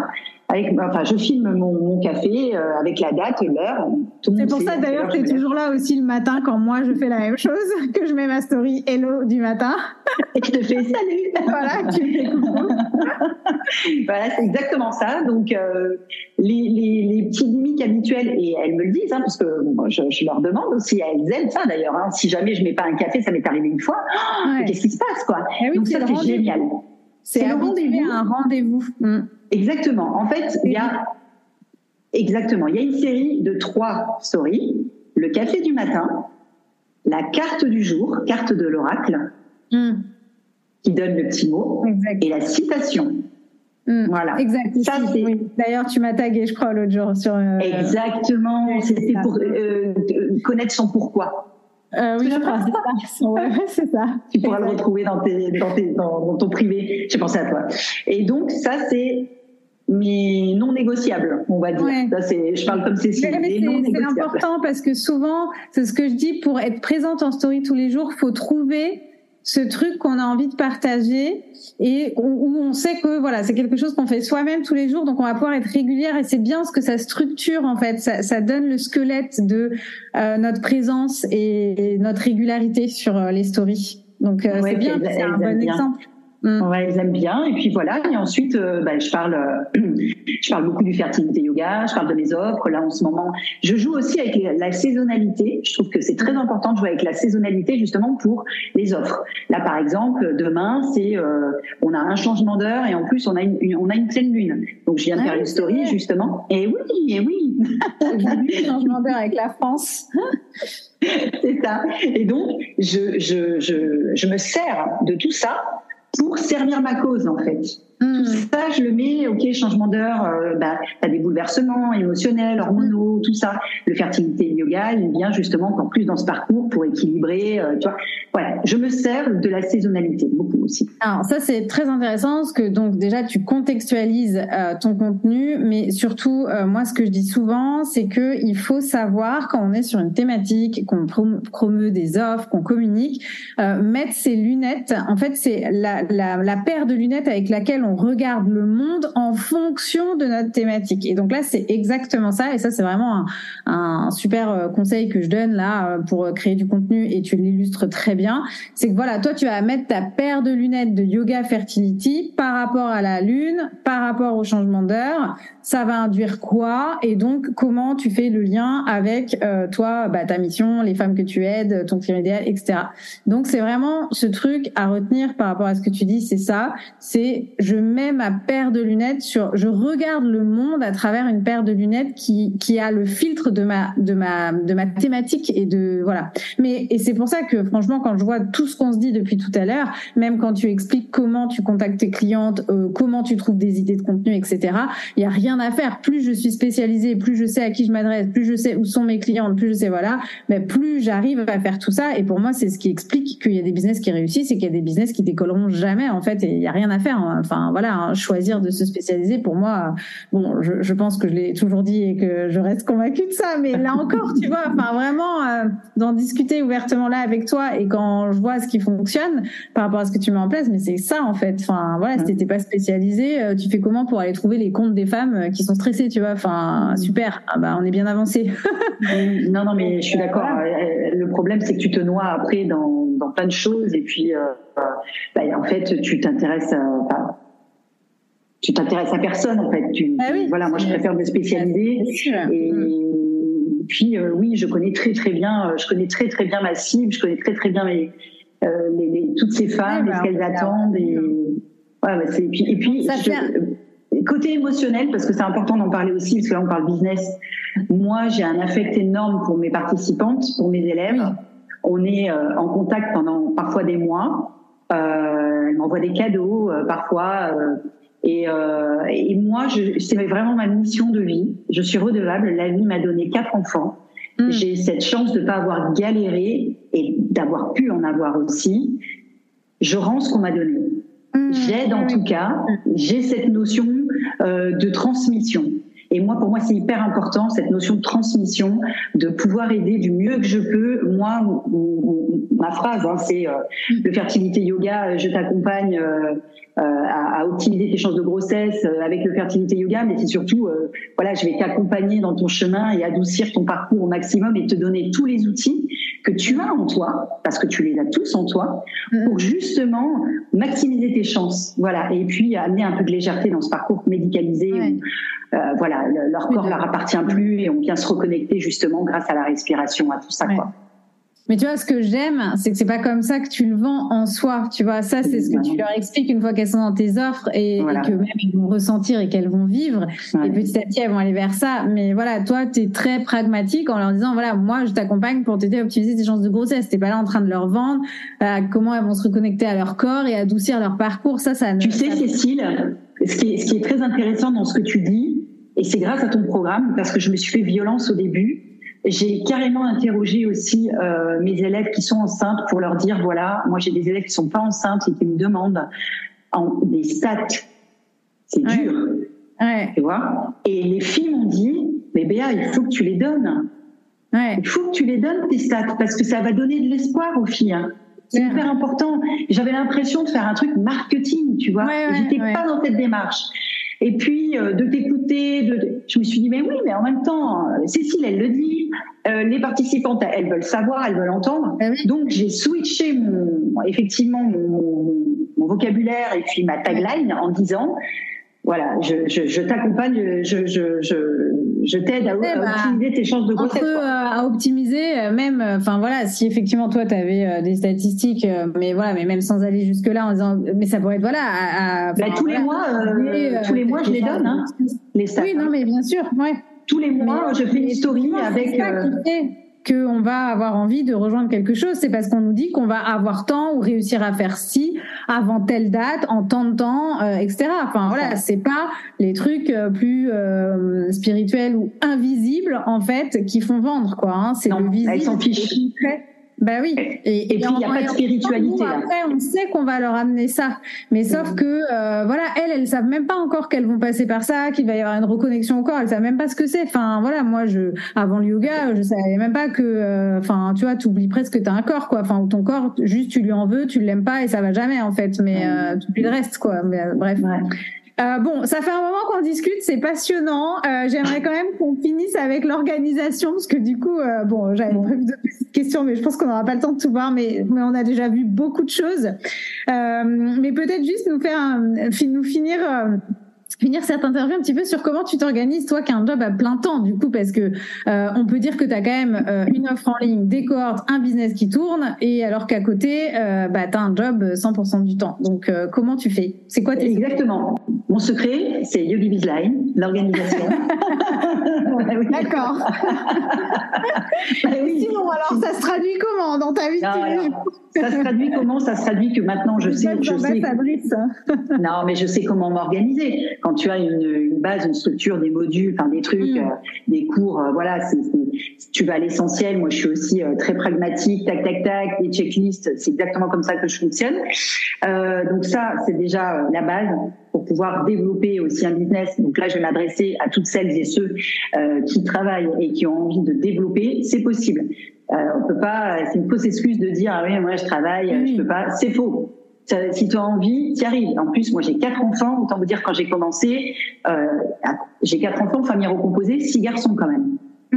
avec, enfin, je filme mon, mon café euh, avec la date, l'heure. C'est pour ça d'ailleurs que tu es toujours là aussi le matin quand moi je fais la même chose, que je mets ma story hello du matin. Et je te fais salut. Voilà, tu me fais coucou. Voilà, c'est exactement ça. Donc, euh, les, les, les petits gimmicks habituels, et elles me le disent, hein, parce que bon, je, je leur demande aussi, elles aiment ça d'ailleurs. Hein. Si jamais je mets pas un café, ça m'est arrivé une fois. Oh, ouais. Qu'est-ce qui se passe, quoi? Eh oui, donc ça, c'est génial. C'est, c'est le rendez-vous. Un rendez-vous. Mmh. Exactement. En fait, il y a exactement. Il y a une série de trois stories. Le café du matin, la carte du jour, carte de l'oracle, mmh. qui donne le petit mot, exact. Et la citation. Mmh. Voilà. Exact. Ça, c'est... Oui. D'ailleurs, tu m'as tagué, je crois, l'autre jour sur. Euh... Exactement. Oui, c'était pour euh, connaître son pourquoi. Euh, oui, je crois. C'est ça. Ouais, c'est ça. Tu pourras exact. Le retrouver dans, tes, dans, tes, dans, dans ton privé. J'ai pensé à toi. Et donc, ça, c'est mais non négociable, on va dire. Ouais. Ça, c'est, je parle comme Cécile. Mais, mais c'est, c'est important parce que souvent, c'est ce que je dis, pour être présente en story tous les jours, faut trouver ce truc qu'on a envie de partager et où on sait que voilà, c'est quelque chose qu'on fait soi-même tous les jours, donc on va pouvoir être régulière et c'est bien ce que ça structure en fait, ça, ça donne le squelette de euh, notre présence et, et notre régularité sur euh, les stories. Donc euh, ouais, c'est bien, c'est un bon bien. exemple. Mmh. Ouais, ils aiment bien. Et puis voilà. Et ensuite, euh, bah, je parle, euh, je parle beaucoup du fertilité yoga. Je parle de mes offres. Là, en ce moment, je joue aussi avec les, la saisonnalité. Je trouve que c'est très important de jouer avec la saisonnalité justement pour les offres. Là, par exemple, demain, c'est, euh, on a un changement d'heure et en plus, on a une, une on a une pleine lune. Donc, je viens de ah, faire une story justement. Et oui, et oui. J'ai un changement d'heure avec la France. C'est ça. Et donc, je, je, je, je me sers de tout ça pour servir ma cause, en fait. Mmh. Tout ça, je le mets, ok, changement d'heure, euh, bah, t'as des bouleversements émotionnels, hormonaux, tout ça. Le fertilité yoga, il vient justement encore plus dans ce parcours pour équilibrer, euh, tu vois. Ouais, je me sers de la saisonnalité, beaucoup aussi. Alors, ça, c'est très intéressant, parce que, donc, déjà, tu contextualises euh, ton contenu, mais surtout, euh, moi, ce que je dis souvent, c'est que il faut savoir, quand on est sur une thématique, qu'on promeut des offres, qu'on communique, euh, mettre ses lunettes. En fait, c'est la, la, la paire de lunettes avec laquelle on on regarde le monde en fonction de notre thématique. Et donc là, c'est exactement ça. Et ça, c'est vraiment un, un super conseil que je donne là pour créer du contenu. Et tu l'illustres très bien. C'est que voilà, toi, tu vas mettre ta paire de lunettes de yoga fertility par rapport à la lune, par rapport au changement d'heure. Ça va induire quoi? Et donc, comment tu fais le lien avec euh, toi, bah, ta mission, les femmes que tu aides, ton client idéal, et cetera. Donc, c'est vraiment ce truc à retenir par rapport à ce que tu dis. C'est ça. C'est je mets ma paire de lunettes sur, je regarde le monde à travers une paire de lunettes qui qui a le filtre de ma de ma de ma thématique et de voilà. Mais et c'est pour ça que franchement, quand je vois tout ce qu'on se dit depuis tout à l'heure, même quand tu expliques comment tu contactes tes clientes, euh, comment tu trouves des idées de contenu, et cetera. Il y a rien à faire. Plus je suis spécialisée, plus je sais à qui je m'adresse, plus je sais où sont mes clientes, plus je sais voilà, mais plus j'arrive à faire tout ça. Et pour moi, c'est ce qui explique qu'il y a des business qui réussissent et qu'il y a des business qui décolleront jamais en fait. Et il y a rien à faire. Enfin voilà, hein, choisir de se spécialiser pour moi. Bon, je, je pense que je l'ai toujours dit et que je reste convaincue de ça. Mais là encore, tu vois, enfin vraiment euh, d'en discuter ouvertement là avec toi et quand je vois ce qui fonctionne par rapport à ce que tu mets en place, mais c'est ça en fait. Enfin voilà, si t'étais pas spécialisé, euh, tu fais comment pour aller trouver les comptes des femmes qui sont stressées, tu vois? Enfin super. Ah bah on est bien avancé. Non non mais je suis d'accord. Le problème c'est que tu te noies après dans dans plein de choses et puis euh, bah, en fait tu t'intéresses à bah, tu t'intéresses à personne en fait. Tu, ah oui, voilà, moi je préfère me spécialiser. Et mmh. puis euh, oui, je connais très très bien, je connais très très bien ma cible, je connais très très bien mes, euh, les, les, toutes ces femmes, ouais, bah, ce qu'elles attendent. Et ouais, bah, c'est, et puis, et puis ça je, euh, côté émotionnel, parce que c'est important d'en parler aussi, parce que là on parle business. Moi, j'ai un affect énorme pour mes participantes, pour mes élèves. Oui. On est euh, en contact pendant parfois des mois. Euh, elles m'envoient des cadeaux, euh, parfois. Euh, Et, euh, et moi, je, c'est vraiment ma mission de vie. Je suis redevable. La vie m'a donné quatre enfants. Mmh. J'ai cette chance de ne pas avoir galéré et d'avoir pu en avoir aussi. Je rends ce qu'on m'a donné. Mmh. J'aide en tout cas. J'ai cette notion euh, de transmission. Et moi, pour moi, c'est hyper important, cette notion de transmission, de pouvoir aider du mieux que je peux. Moi, m- m- ma phrase, hein, c'est euh, le fertilité yoga, je t'accompagne euh, euh, à, à optimiser tes chances de grossesse euh, avec le fertilité yoga, mais c'est surtout, euh, voilà, je vais t'accompagner dans ton chemin et adoucir ton parcours au maximum et te donner tous les outils que tu as en toi, parce que tu les as tous en toi, pour justement maximiser tes chances. Voilà. Et puis amener un peu de légèreté dans ce parcours médicalisé Ouais. où euh, voilà, le- leur corps leur appartient plus et on vient se reconnecter justement grâce à la respiration, à tout ça, Ouais. quoi. Mais tu vois, ce que j'aime, c'est que c'est pas comme ça que tu le vends en soi. Tu vois, ça, c'est ce que tu leur expliques une fois qu'elles sont dans tes offres et, Voilà. et que même elles vont ressentir et qu'elles vont vivre. Ouais. Et petit à petit, elles vont aller vers ça. Mais voilà, toi, t'es très pragmatique en leur disant, voilà, moi, je t'accompagne pour t'aider à optimiser tes chances de grossesse. T'es pas là en train de leur vendre euh, comment elles vont se reconnecter à leur corps et adoucir leur parcours. Ça, ça ne... Tu sais, ça... Cécile, ce qui, est, ce qui est très intéressant dans ce que tu dis, et c'est grâce à ton programme, parce que je me suis fait violence au début, j'ai carrément interrogé aussi euh, mes élèves qui sont enceintes pour leur dire, voilà, moi j'ai des élèves qui sont pas enceintes et qui me demandent en, des stats. C'est Ouais. dur, Ouais. tu vois. Et les filles m'ont dit, mais Béa, il faut que tu les donnes. Ouais. Il faut que tu les donnes, tes stats, parce que ça va donner de l'espoir aux filles. Hein. C'est Ouais. hyper important. J'avais l'impression de faire un truc marketing, tu vois. Ouais, ouais, J'étais ouais. pas dans cette démarche. Et puis, euh, de t'écouter, de, de- je me suis dit, mais oui, mais en même temps, euh, Cécile, elle le dit, euh, les participantes, elles veulent savoir, elles veulent entendre. Ah oui. Donc, j'ai switché mon, effectivement, mon, mon vocabulaire et puis ma tagline en disant, voilà, je, je, je t'accompagne, je, je, je, je t'aide à, Ouais, à bah, optimiser tes chances de Entre grossesse. euh, quoi. à optimiser, euh, même, enfin voilà, si effectivement toi tu avais des statistiques, euh, mais voilà, mais même sans aller jusque là en disant, mais ça pourrait être voilà, à, à, Bah, enfin, tous voilà, les mois, euh, et, euh, tous les mois, je les quelque donne, hein, chose. les stats. Oui, non, mais bien sûr, ouais. Tous les mois, Mais, je fais une mais story effectivement, avec. c'est ça euh, qui fait qu'on va avoir envie de rejoindre quelque chose, c'est parce qu'on nous dit qu'on va avoir temps ou réussir à faire ci avant telle date, en tant de temps, euh, et cetera. Enfin voilà, c'est pas les trucs euh, plus euh, spirituels ou invisibles en fait qui font vendre quoi. Hein. C'est Non, le visible. elles s'en fichent. Bah oui. Et, et puis il n'y a pas de spiritualité. Nous, Là. après, on sait qu'on va leur amener ça, mais sauf Mmh. que euh, voilà, elles, elles savent même pas encore qu'elles vont passer par ça, qu'il va y avoir une reconnexion au corps. Elles savent même pas ce que c'est. Enfin voilà, moi, je avant le yoga, je savais même pas que, enfin, euh, tu vois, t'oublies presque que t'as un corps, quoi. Enfin, ton corps, juste tu lui en veux, tu l'aimes pas et ça va jamais en fait. Mais euh, tu oublies le reste, quoi. Mais euh, bref. Ouais. Euh, bon, ça fait un moment qu'on discute, c'est passionnant. Euh, j'aimerais quand même qu'on finisse avec l'organisation, parce que du coup, euh, bon, j'avais Bon. prévu de petites questions, mais je pense qu'on n'aura pas le temps de tout voir, mais, mais on a déjà vu beaucoup de choses. Euh, mais peut-être juste nous faire, un, fin- nous finir. Euh, finir cette interview un petit peu sur comment tu t'organises, toi qui as un job à plein temps, du coup, parce que euh, on peut dire que tu as quand même euh, une offre en ligne, des cohortes, un business qui tourne, et alors qu'à côté, euh, bah, tu as un job cent pour cent du temps. Donc, euh, comment tu fais? C'est quoi tes Exactement. Mon secret, c'est Yogi Bizline, l'organisation. Ouais, oui. D'accord. Bah oui. Sinon, alors, ça se traduit comment dans ta vie de Non, tous les alors, jours? ça se traduit comment? Ça se traduit que maintenant je sais, je sais. Non, mais je sais comment m'organiser. Quand tu as une, une base, une structure, des modules, enfin des trucs, Mm. euh, des cours, euh, voilà, c'est, c'est, tu vas à l'essentiel. Moi, je suis aussi euh, très pragmatique, tac, tac, tac, les checklists, c'est exactement comme ça que je fonctionne. Euh, donc ça, c'est déjà euh, la base pour pouvoir développer aussi un business. Donc là, je vais m'adresser à toutes celles et ceux euh, qui travaillent et qui ont envie de développer. C'est possible. Euh, on peut pas. C'est une fausse excuse de dire ah oui, moi je travaille, Oui. je peux pas. C'est faux. Ça, si tu as envie, tu y arrives. En plus, moi j'ai quatre enfants. Autant vous dire quand j'ai commencé, euh, j'ai quatre enfants, famille recomposée, six garçons quand même.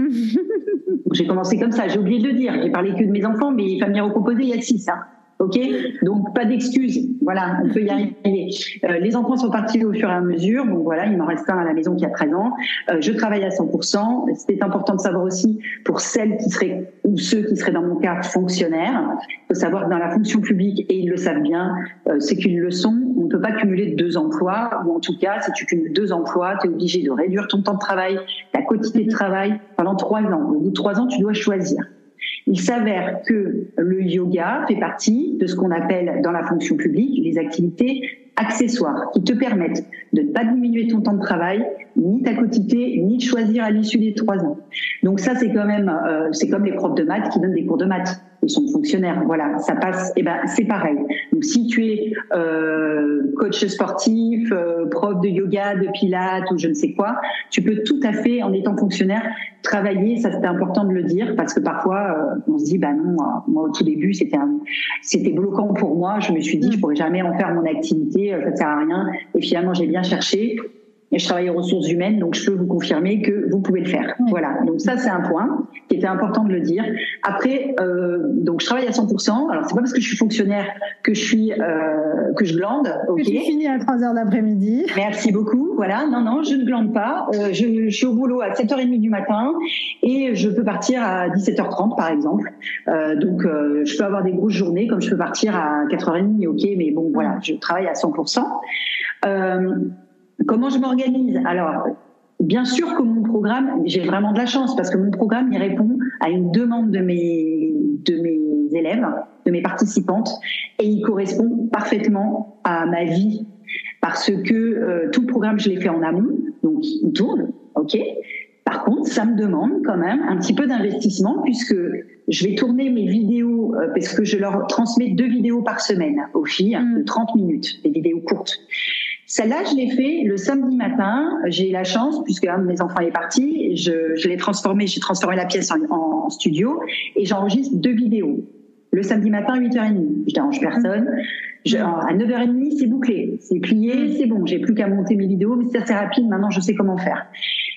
J'ai commencé comme ça. J'ai oublié de le dire. J'ai parlé que de mes enfants, mais famille recomposée, il y a six. Hein. Ok, donc pas d'excuses. Voilà, on peut y arriver. Euh, les enfants sont partis au fur et à mesure. Donc voilà, il m'en reste un à la maison qui a treize ans. Euh, je travaille à cent pour cent. C'était important de savoir aussi pour celles qui seraient ou ceux qui seraient dans mon cas fonctionnaires. Il faut savoir que dans la fonction publique, et ils le savent bien, euh, c'est qu'une leçon. On ne peut pas cumuler deux emplois, ou en tout cas, si tu cumules deux emplois, tu es obligé de réduire ton temps de travail, ta quotité de travail pendant trois ans. Au bout de trois ans, tu dois choisir. Il s'avère que le yoga fait partie de ce qu'on appelle dans la fonction publique les activités accessoires qui te permettent de ne pas diminuer ton temps de travail, ni ta quotité, ni de choisir à l'issue des trois ans. Donc ça, c'est quand même, euh, c'est comme les profs de maths qui donnent des cours de maths. Ils sont fonctionnaires, voilà, ça passe. Et ben, c'est pareil. Donc si tu es euh, coach sportif, euh, prof de yoga, de pilates ou je ne sais quoi. Tu peux tout à fait, en étant fonctionnaire, travailler. Ça, c'était important de le dire parce que parfois, euh, on se dit, bah non, euh, moi au tout début, c'était un, c'était bloquant pour moi. Je me suis dit, je pourrais jamais en faire mon activité, ça ne sert à rien. Et finalement, j'ai bien cherché. Et je travaille aux ressources humaines, donc je peux vous confirmer que vous pouvez le faire. Oui. Voilà. Donc ça, c'est un point qui était important de le dire. Après, euh, donc je travaille à cent pour cent. Alors c'est pas parce que je suis fonctionnaire que je suis euh, que je glande. Ok. Que tu finis à trois heures d'après-midi. Merci beaucoup. Voilà. Non, non, je ne glande pas. Euh, je, je suis au boulot à sept heures trente du matin et je peux partir à dix-sept heures trente, par exemple. Euh, donc euh, je peux avoir des grosses journées, comme je peux partir à quatre heures trente. Ok, mais bon, voilà, je travaille à cent pour cent. Euh, Comment je m'organise? Alors, bien sûr que mon programme, j'ai vraiment de la chance parce que mon programme, il répond à une demande de mes, de mes élèves, de mes participantes, et il correspond parfaitement à ma vie parce que euh, tout le programme, je l'ai fait en amont, donc il tourne, ok. Par contre, ça me demande quand même un petit peu d'investissement puisque je vais tourner mes vidéos euh, parce que je leur transmets deux vidéos par semaine aux filles mmh. de trente minutes, des vidéos courtes. Celle-là, je l'ai fait le samedi matin. J'ai eu la chance, puisque un de mes enfants est parti, je, je l'ai transformé, j'ai transformé la pièce en, en studio et j'enregistre deux vidéos. Le samedi matin, huit heures trente. Je dérange personne. Je, à neuf heures trente, c'est bouclé, c'est plié, c'est bon. J'ai plus qu'à monter mes vidéos, mais c'est assez rapide. Maintenant, je sais comment faire.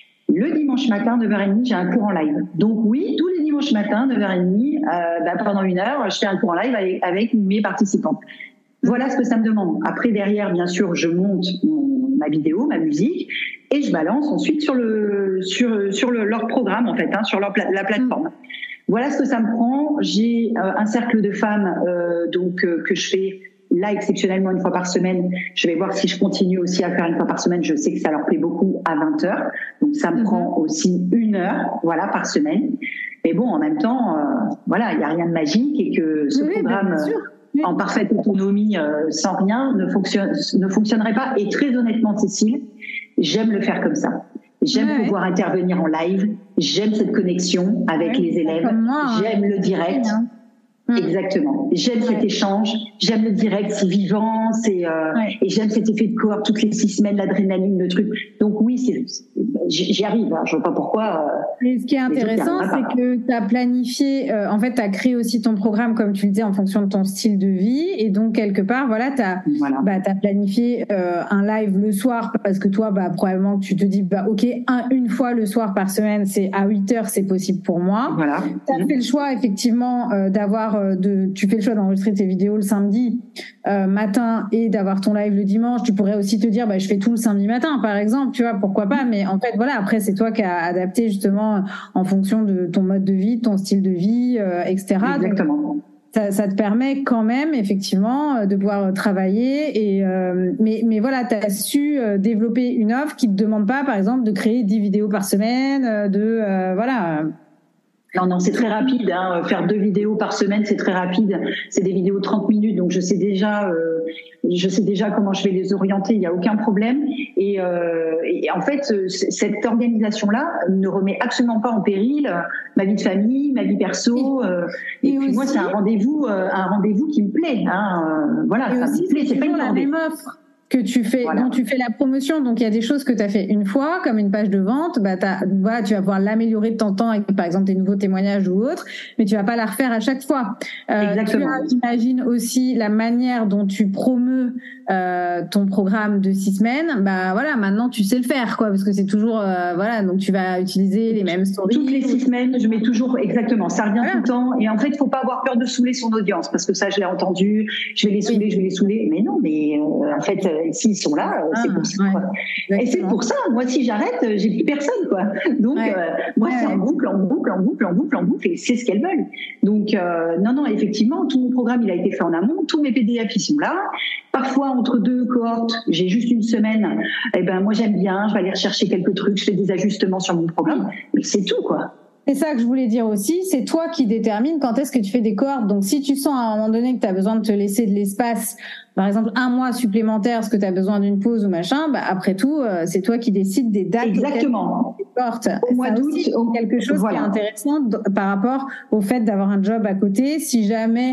Le dimanche matin, neuf heures trente, j'ai un cours en live. Donc oui, tous les dimanches matins, neuf heures trente, euh, bah, pendant une heure, je fais un cours en live avec, avec mes participants. Voilà ce que ça me demande. Après, derrière, bien sûr, je monte mon, ma vidéo, ma musique, et je balance ensuite sur le sur sur le, leur programme en fait, hein, sur leur pla- la plateforme. Voilà ce que ça me prend. J'ai euh, un cercle de femmes euh, donc euh, que je fais là exceptionnellement une fois par semaine. Je vais voir si je continue aussi à faire une fois par semaine. Je sais que ça leur plaît beaucoup à vingt heures, donc ça me mm-hmm. prend aussi une heure, voilà, par semaine. Mais bon, en même temps, euh, voilà, il y a rien de magique et que ce oui, programme. Bien sûr. En parfaite autonomie, euh, sans rien, ne, fonctionne, ne fonctionnerait pas. Et très honnêtement, Cécile, j'aime le faire comme ça. J'aime ouais, pouvoir ouais. intervenir en live. J'aime cette connexion avec ouais, les élèves. Moi, j'aime hein. le direct. Mmh. Exactement. J'aime ouais. cet échange. J'aime le direct, c'est vivant, c'est euh, ouais. et j'aime cet effet de cohorte toutes les six semaines, l'adrénaline, le truc. Donc oui, c'est, j'y arrive. Hein, je vois pas pourquoi. Euh, et ce qui est intéressant, c'est que tu as planifié. Euh, en fait, tu as créé aussi ton programme, comme tu le disais, en fonction de ton style de vie, et donc quelque part, voilà, tu as voilà. bah, t'as planifié euh, un live le soir parce que toi, bah probablement que tu te dis, bah ok, un, une fois le soir par semaine, c'est à huit heures, c'est possible pour moi. Voilà. Tu as mmh. fait le choix effectivement euh, d'avoir De, tu fais le choix d'enregistrer tes vidéos le samedi euh, matin et d'avoir ton live le dimanche. Tu pourrais aussi te dire, bah, je fais tout le samedi matin, par exemple, tu vois, pourquoi pas. Mais en fait, voilà, après, c'est toi qui as adapté justement en fonction de ton mode de vie, ton style de vie, euh, et cetera. Exactement. Donc, ça, ça te permet quand même, effectivement, de pouvoir travailler. Et, euh, mais, mais voilà, tu as su développer une offre qui ne te demande pas, par exemple, de créer dix vidéos par semaine, de, euh, voilà... Non, non, c'est très rapide. Hein. Faire deux vidéos par semaine, c'est très rapide. C'est des vidéos de trente minutes, donc je sais déjà, euh, je sais déjà comment je vais les orienter. Il n'y a aucun problème. Et, euh, et en fait, cette organisation-là ne remet absolument pas en péril ma vie de famille, ma vie perso. Euh, et, et puis aussi, moi, c'est un rendez-vous, euh, un rendez-vous qui me plaît. Hein. Voilà, et ça aussi, me plaît. C'est, c'est pas une la même offre que tu fais, voilà. dont tu fais la promotion. Donc, il y a des choses que tu as fait une fois, comme une page de vente. Bah, t'as, voilà, tu vas pouvoir l'améliorer de temps en temps avec, par exemple, des nouveaux témoignages ou autres, mais tu vas pas la refaire à chaque fois. Euh, Exactement. Tu as, j'imagine aussi la manière dont tu promeus euh, ton programme de six semaines. Bah, voilà, maintenant, tu sais le faire, quoi, parce que c'est toujours, euh, voilà, donc tu vas utiliser les mêmes stories. Toutes les six semaines, je mets toujours, exactement, ça revient voilà. tout le temps. Et en fait, il faut pas avoir peur de saouler son audience, parce que ça, je l'ai entendu. Je vais les saouler, oui. je vais les saouler. Mais non, mais euh, en fait, s'ils sont là, ah, c'est pour ça. Ouais, et c'est pour ça. Moi, si j'arrête, j'ai plus personne, quoi. Donc, ouais. euh, moi, ouais, c'est ouais. en boucle, en boucle, en boucle, en boucle, en boucle, et c'est ce qu'elles veulent. Donc, euh, non, non, effectivement, tout mon programme, il a été fait en amont. Tous mes P D F, ils sont là. Parfois, entre deux cohortes, j'ai juste une semaine. Eh ben, moi, j'aime bien. Je vais aller rechercher quelques trucs. Je fais des ajustements sur mon programme. Mais c'est tout, quoi. C'est ça que je voulais dire aussi, c'est toi qui détermines quand est-ce que tu fais des cohortes. Donc, si tu sens à un moment donné que tu as besoin de te laisser de l'espace, par exemple un mois supplémentaire, parce que tu as besoin d'une pause ou machin, bah, après tout, euh, c'est toi qui décides des dates. Exactement. Des cohortes. Au mois d'août, c'est quelque chose voilà. qui est intéressant par rapport au fait d'avoir un job à côté. Si jamais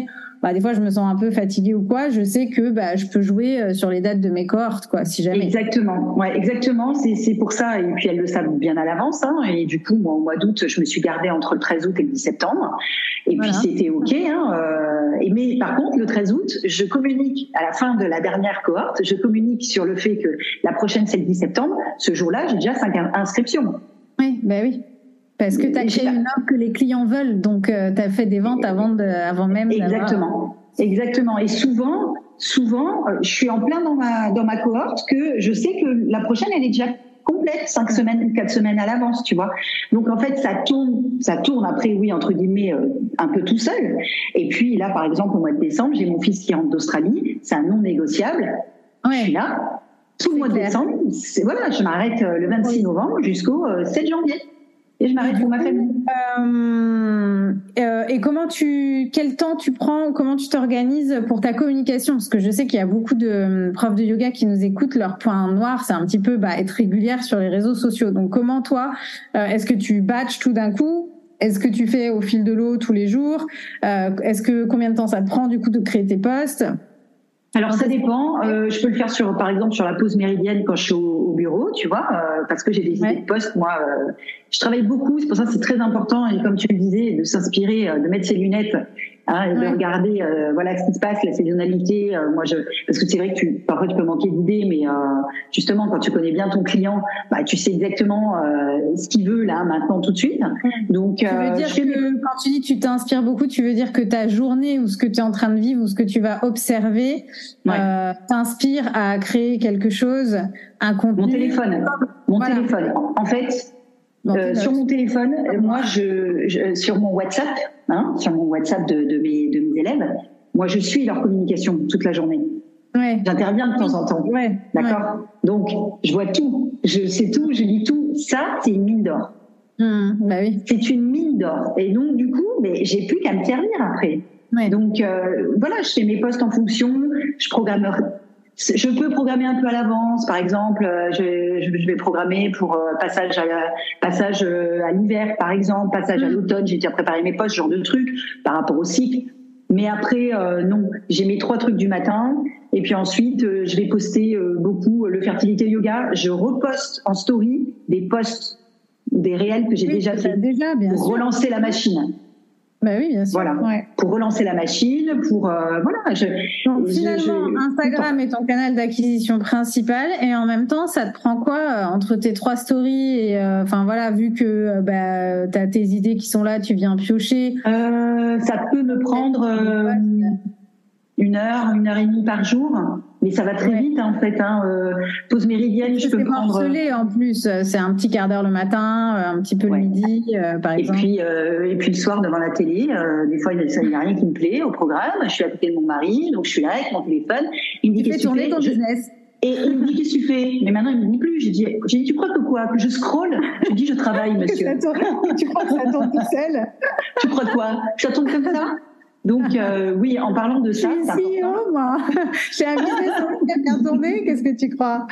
bah des fois je me sens un peu fatiguée ou quoi, je sais que bah je peux jouer sur les dates de mes cohortes, quoi, si jamais. Exactement, ouais, exactement. C'est c'est pour ça, et puis elles le savent bien à l'avance. Hein, et du coup, moi, au mois d'août, je me suis gardée entre le treize août et le dix septembre, et voilà. Puis c'était ok. Hein, euh, et mais par contre, le treize août, je communique à la fin de la dernière cohorte, je communique sur le fait que la prochaine c'est le dix septembre. Ce jour-là, j'ai déjà cinq inscriptions. Oui, ben oui. Parce que tu as créé une offre que les clients veulent, donc euh, tu as fait des ventes avant, de, avant même. Exactement, exactement. Et souvent, souvent, euh, je suis en plein dans ma dans ma cohorte que je sais que la prochaine elle est déjà complète, cinq semaines, quatre semaines à l'avance, tu vois. Donc en fait, ça tourne, ça tourne après, oui, entre guillemets, euh, un peu tout seul. Et puis là, par exemple, au mois de décembre, j'ai mon fils qui rentre d'Australie, c'est un non négociable. Ouais. Je suis là tout le mois de décembre. C'est, voilà, je m'arrête euh, le vingt-six novembre jusqu'au euh, sept janvier. Et je m'arrête pour ma famille. Euh, euh, et comment tu, quel temps tu prends, comment tu t'organises pour ta communication? Parce que je sais qu'il y a beaucoup de profs de yoga qui nous écoutent. Leur point noir, c'est un petit peu bah, être régulière sur les réseaux sociaux. Donc comment toi, euh, est-ce que tu batches tout d'un coup? Est-ce que tu fais au fil de l'eau tous les jours? euh, Est-ce que combien de temps ça te prend du coup de créer tes posts? Alors ça dépend. Euh, je peux le faire sur, par exemple, sur la pause méridienne quand je suis au, au bureau, tu vois, euh, parce que j'ai des ouais. idées de poste. Moi, euh, je travaille beaucoup. C'est pour ça que c'est très important. Et comme tu le disais, de s'inspirer, euh, de mettre ses lunettes, hein, et ouais. de regarder, euh, voilà, ce qui se passe, la saisonnalité. Euh, moi, je, parce que c'est vrai que tu, parfois tu peux manquer d'idées, mais euh, justement, quand tu connais bien ton client, bah, tu sais exactement euh, ce qu'il veut là, maintenant, tout de suite. Donc, tu veux dire euh, que quand tu dis tu t'inspires beaucoup, tu veux dire que ta journée ou ce que tu es en train de vivre ou ce que tu vas observer ouais. euh, t'inspire à créer quelque chose, un contenu. Mon téléphone, mon voilà. téléphone. En fait, euh, sur mon téléphone, moi, je, je sur mon WhatsApp, hein, sur mon WhatsApp de, de mes de mes élèves, moi, je suis leur communication toute la journée. Ouais. J'interviens de temps en temps. Ouais. D'accord. Ouais. Donc, je vois tout, je sais tout, je lis tout. Ça, c'est une mine d'or. Mmh, bah oui. C'est une mine d'or. Et donc, du coup, mais j'ai plus qu'à me servir après. Ouais. Donc, euh, voilà, je fais mes posts en fonction. Je programme. Je peux programmer un peu à l'avance. Par exemple, je, je vais programmer pour euh, passage à passage à l'hiver, par exemple, passage mmh. à l'automne. J'ai déjà préparé mes posts, ce genre de trucs par rapport au cycle. Mais après, euh, non, j'ai mes trois trucs du matin. Et puis ensuite, euh, je vais poster euh, beaucoup le fertilité yoga. Je reposte en story des posts, des réels que j'ai oui, déjà fait déjà, bien pour sûr. relancer la machine. Bah oui, bien sûr. Voilà, ouais. pour relancer la machine, pour euh, voilà. Je, Donc finalement, je, je, Instagram est ton canal d'acquisition principal, et en même temps, ça te prend quoi euh, entre tes trois stories et enfin euh, voilà, vu que euh, bah t'as tes idées qui sont là, tu viens piocher. Euh, ça peut me prendre euh, une heure, une heure et demie par jour. Mais ça va très ouais. vite, hein, en fait. Hein. Euh, pause méridienne, je peux c'est prendre. C'est morcelé en plus. C'est un petit quart d'heure le matin, un petit peu ouais. le midi, euh, par exemple. Et puis, euh, et puis le soir devant la télé. Euh, des fois, il n'y a rien qui me plaît au programme. Je suis à côté de mon mari, donc je suis là avec mon téléphone. Il me dit tu fais tourner ton je... business. Et il me dit qu'est-ce que tu fais? Mais maintenant, il me dit plus. J'ai dit, j'ai dit, tu crois que quoi? Que je scrolle? Je dis, je travaille, monsieur. Tu crois que ça tourne tout seul? Tu crois quoi? Ça tourne comme ça? Donc euh, oui, en parlant de ça, je suis C E O, moi. J'ai un business qui a bien tourné. Qu'est-ce que tu crois?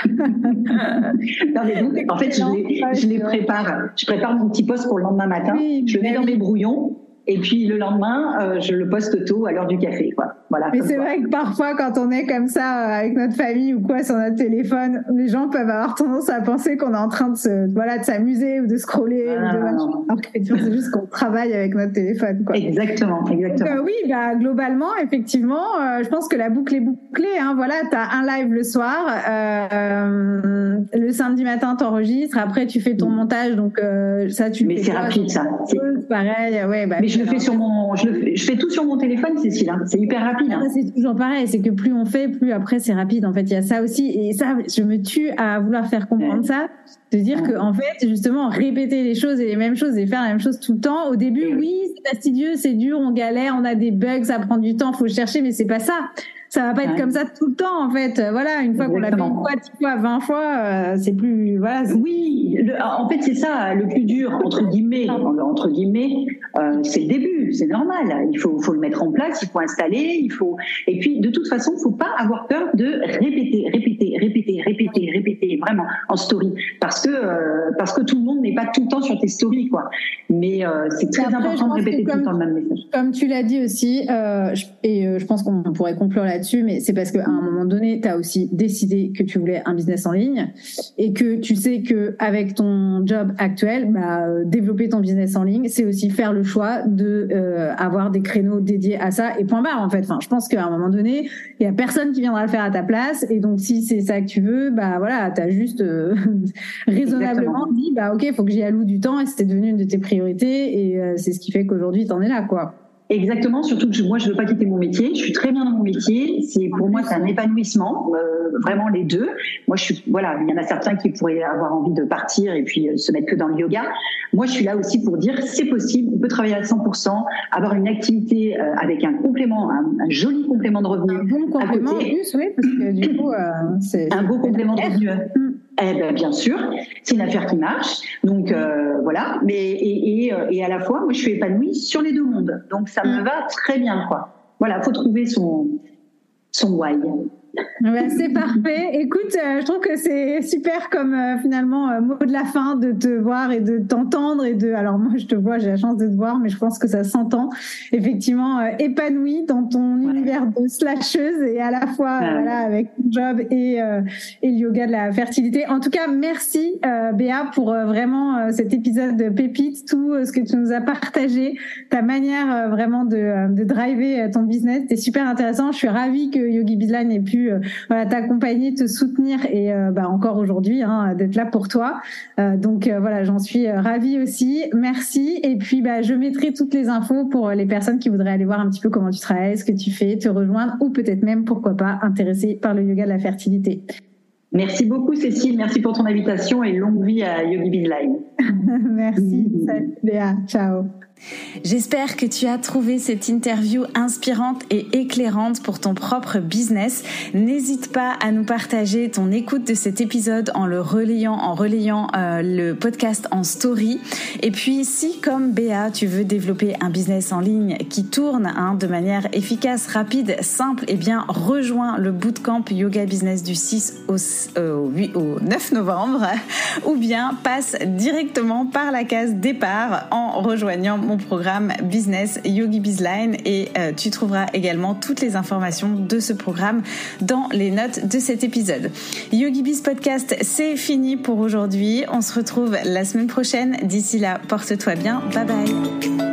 Non mais donc, en fait, je les, je les prépare. Je prépare mon petit post pour le lendemain matin. Oui, je le mets dans mes brouillons. Et puis le lendemain, euh, je le poste tôt à l'heure du café, quoi. Voilà. Mais c'est quoi. Vrai que parfois, quand on est comme ça euh, avec notre famille ou quoi sur notre téléphone, les gens peuvent avoir tendance à penser qu'on est en train de se, voilà, de s'amuser ou de scroller. Ah, ou de... non, non. Alors que c'est juste qu'on travaille avec notre téléphone, quoi. Exactement, exactement. Donc, euh, oui, bah globalement, effectivement, euh, je pense que la boucle est bouclée. Hein. Voilà, t'as un live le soir, euh, le samedi matin t'enregistres, après tu fais ton mmh. montage, donc euh, ça tu. Mais fais c'est quoi, rapide, ça. C'est pareil, ouais. Bah, mais je le fais sur mon, je le fais, je fais tout sur mon téléphone, Cécile. Hein. C'est hyper rapide. Hein. C'est toujours pareil, c'est que plus on fait, plus après c'est rapide. En fait, il y a ça aussi, et ça, je me tue à vouloir faire comprendre ouais. ça, de dire ouais. que en fait, justement, répéter les choses et les mêmes choses et faire la même chose tout le temps. Au début, ouais. oui, c'est fastidieux, c'est dur, on galère, on a des bugs, ça prend du temps, faut chercher, mais c'est pas ça. Ça va pas être ouais. comme ça tout le temps, en fait. Voilà, une fois Exactement. qu'on l'a fait une fois, dix fois, vingt fois, euh, c'est plus, voilà. C'est... Oui, le, en fait, c'est ça, le plus dur, entre guillemets, entre guillemets, euh, c'est le début, c'est normal. Il faut, faut le mettre en place, il faut installer, il faut, et puis, de toute façon, faut pas avoir peur de répéter, répéter, répéter, répéter, répéter, vraiment, en story. Parce que, euh, parce que tout le monde n'est pas tout le temps sur tes stories, quoi. mais euh, c'est très après, important de répéter tout le temps le même message. Comme tu l'as dit aussi, euh, et euh, je pense qu'on pourrait conclure là-dessus, mais c'est parce qu'à un moment donné, tu as aussi décidé que tu voulais un business en ligne et que tu sais que avec ton job actuel, bah, euh, développer ton business en ligne, c'est aussi faire le choix de euh, avoir des créneaux dédiés à ça et point barre en fait. Enfin, je pense qu'à un moment donné, il y a personne qui viendra le faire à ta place et donc si c'est ça que tu veux, bah voilà, t'as juste euh, raisonnablement Exactement. dit bah ok, faut que j'y alloue du temps et c'était devenu une de tes priorités et euh, c'est ce qui fait qu'aujourd'hui t'en es là quoi. Exactement, surtout que je, moi je veux pas quitter mon métier, je suis très bien dans mon métier, c'est pour moi c'est un épanouissement, euh, vraiment les deux. Moi je suis voilà, il y en a certains qui pourraient avoir envie de partir et puis euh, se mettre que dans le yoga. Moi je suis là aussi pour dire c'est possible, on peut travailler à cent pour cent, avoir une activité euh, avec un complément, un, un joli complément de revenu. Un bon complément en plus, oui, parce que du coup euh, c'est un beau complément de revenu. Eh ben bien sûr, c'est une affaire qui marche, donc euh, voilà. Mais et, et, et à la fois, moi je suis épanouie sur les deux mondes, donc ça me va très bien quoi. Voilà, faut trouver son son why. Ouais, c'est parfait. Écoute, euh, je trouve que c'est super comme euh, finalement euh, mot de la fin de te voir et de t'entendre et de. Alors moi, je te vois, j'ai la chance de te voir, mais je pense que ça s'entend. Effectivement, euh, épanouie dans ton ouais. univers de slasheuse et à la fois ouais. euh, voilà avec ton job et euh, et le yoga de la fertilité. En tout cas, merci euh, Béa pour euh, vraiment euh, cet épisode de pépite, tout euh, ce que tu nous as partagé, ta manière euh, vraiment de euh, de driver euh, ton business. C'est super intéressant. Je suis ravie que Yogi Bizline ait pu Euh, voilà, t'accompagner, te soutenir et euh, bah, encore aujourd'hui hein, d'être là pour toi. Euh, donc euh, voilà, j'en suis ravie aussi. Merci. Et puis bah, je mettrai toutes les infos pour les personnes qui voudraient aller voir un petit peu comment tu travailles, ce que tu fais, te rejoindre ou peut-être même, pourquoi pas, intéressé par le yoga de la fertilité. Merci beaucoup Cécile, merci pour ton invitation et longue vie à Yogi Bizline. Merci, salut Léa, ciao. J'espère que tu as trouvé cette interview inspirante et éclairante pour ton propre business. N'hésite pas à nous partager ton écoute de cet épisode en le relayant, en relayant euh, le podcast en story. Et puis, si comme Béa, tu veux développer un business en ligne qui tourne hein, de manière efficace, rapide, simple, eh bien, rejoins le bootcamp Yoga Business du six au, euh, au, huit, au neuf novembre ou bien passe directement par la case départ en rejoignant mon programme Business Yogi Bizline et euh, tu trouveras également toutes les informations de ce programme dans les notes de cet épisode. Yogi Biz Podcast, c'est fini pour aujourd'hui. On se retrouve la semaine prochaine. D'ici là, porte-toi bien. Bye bye.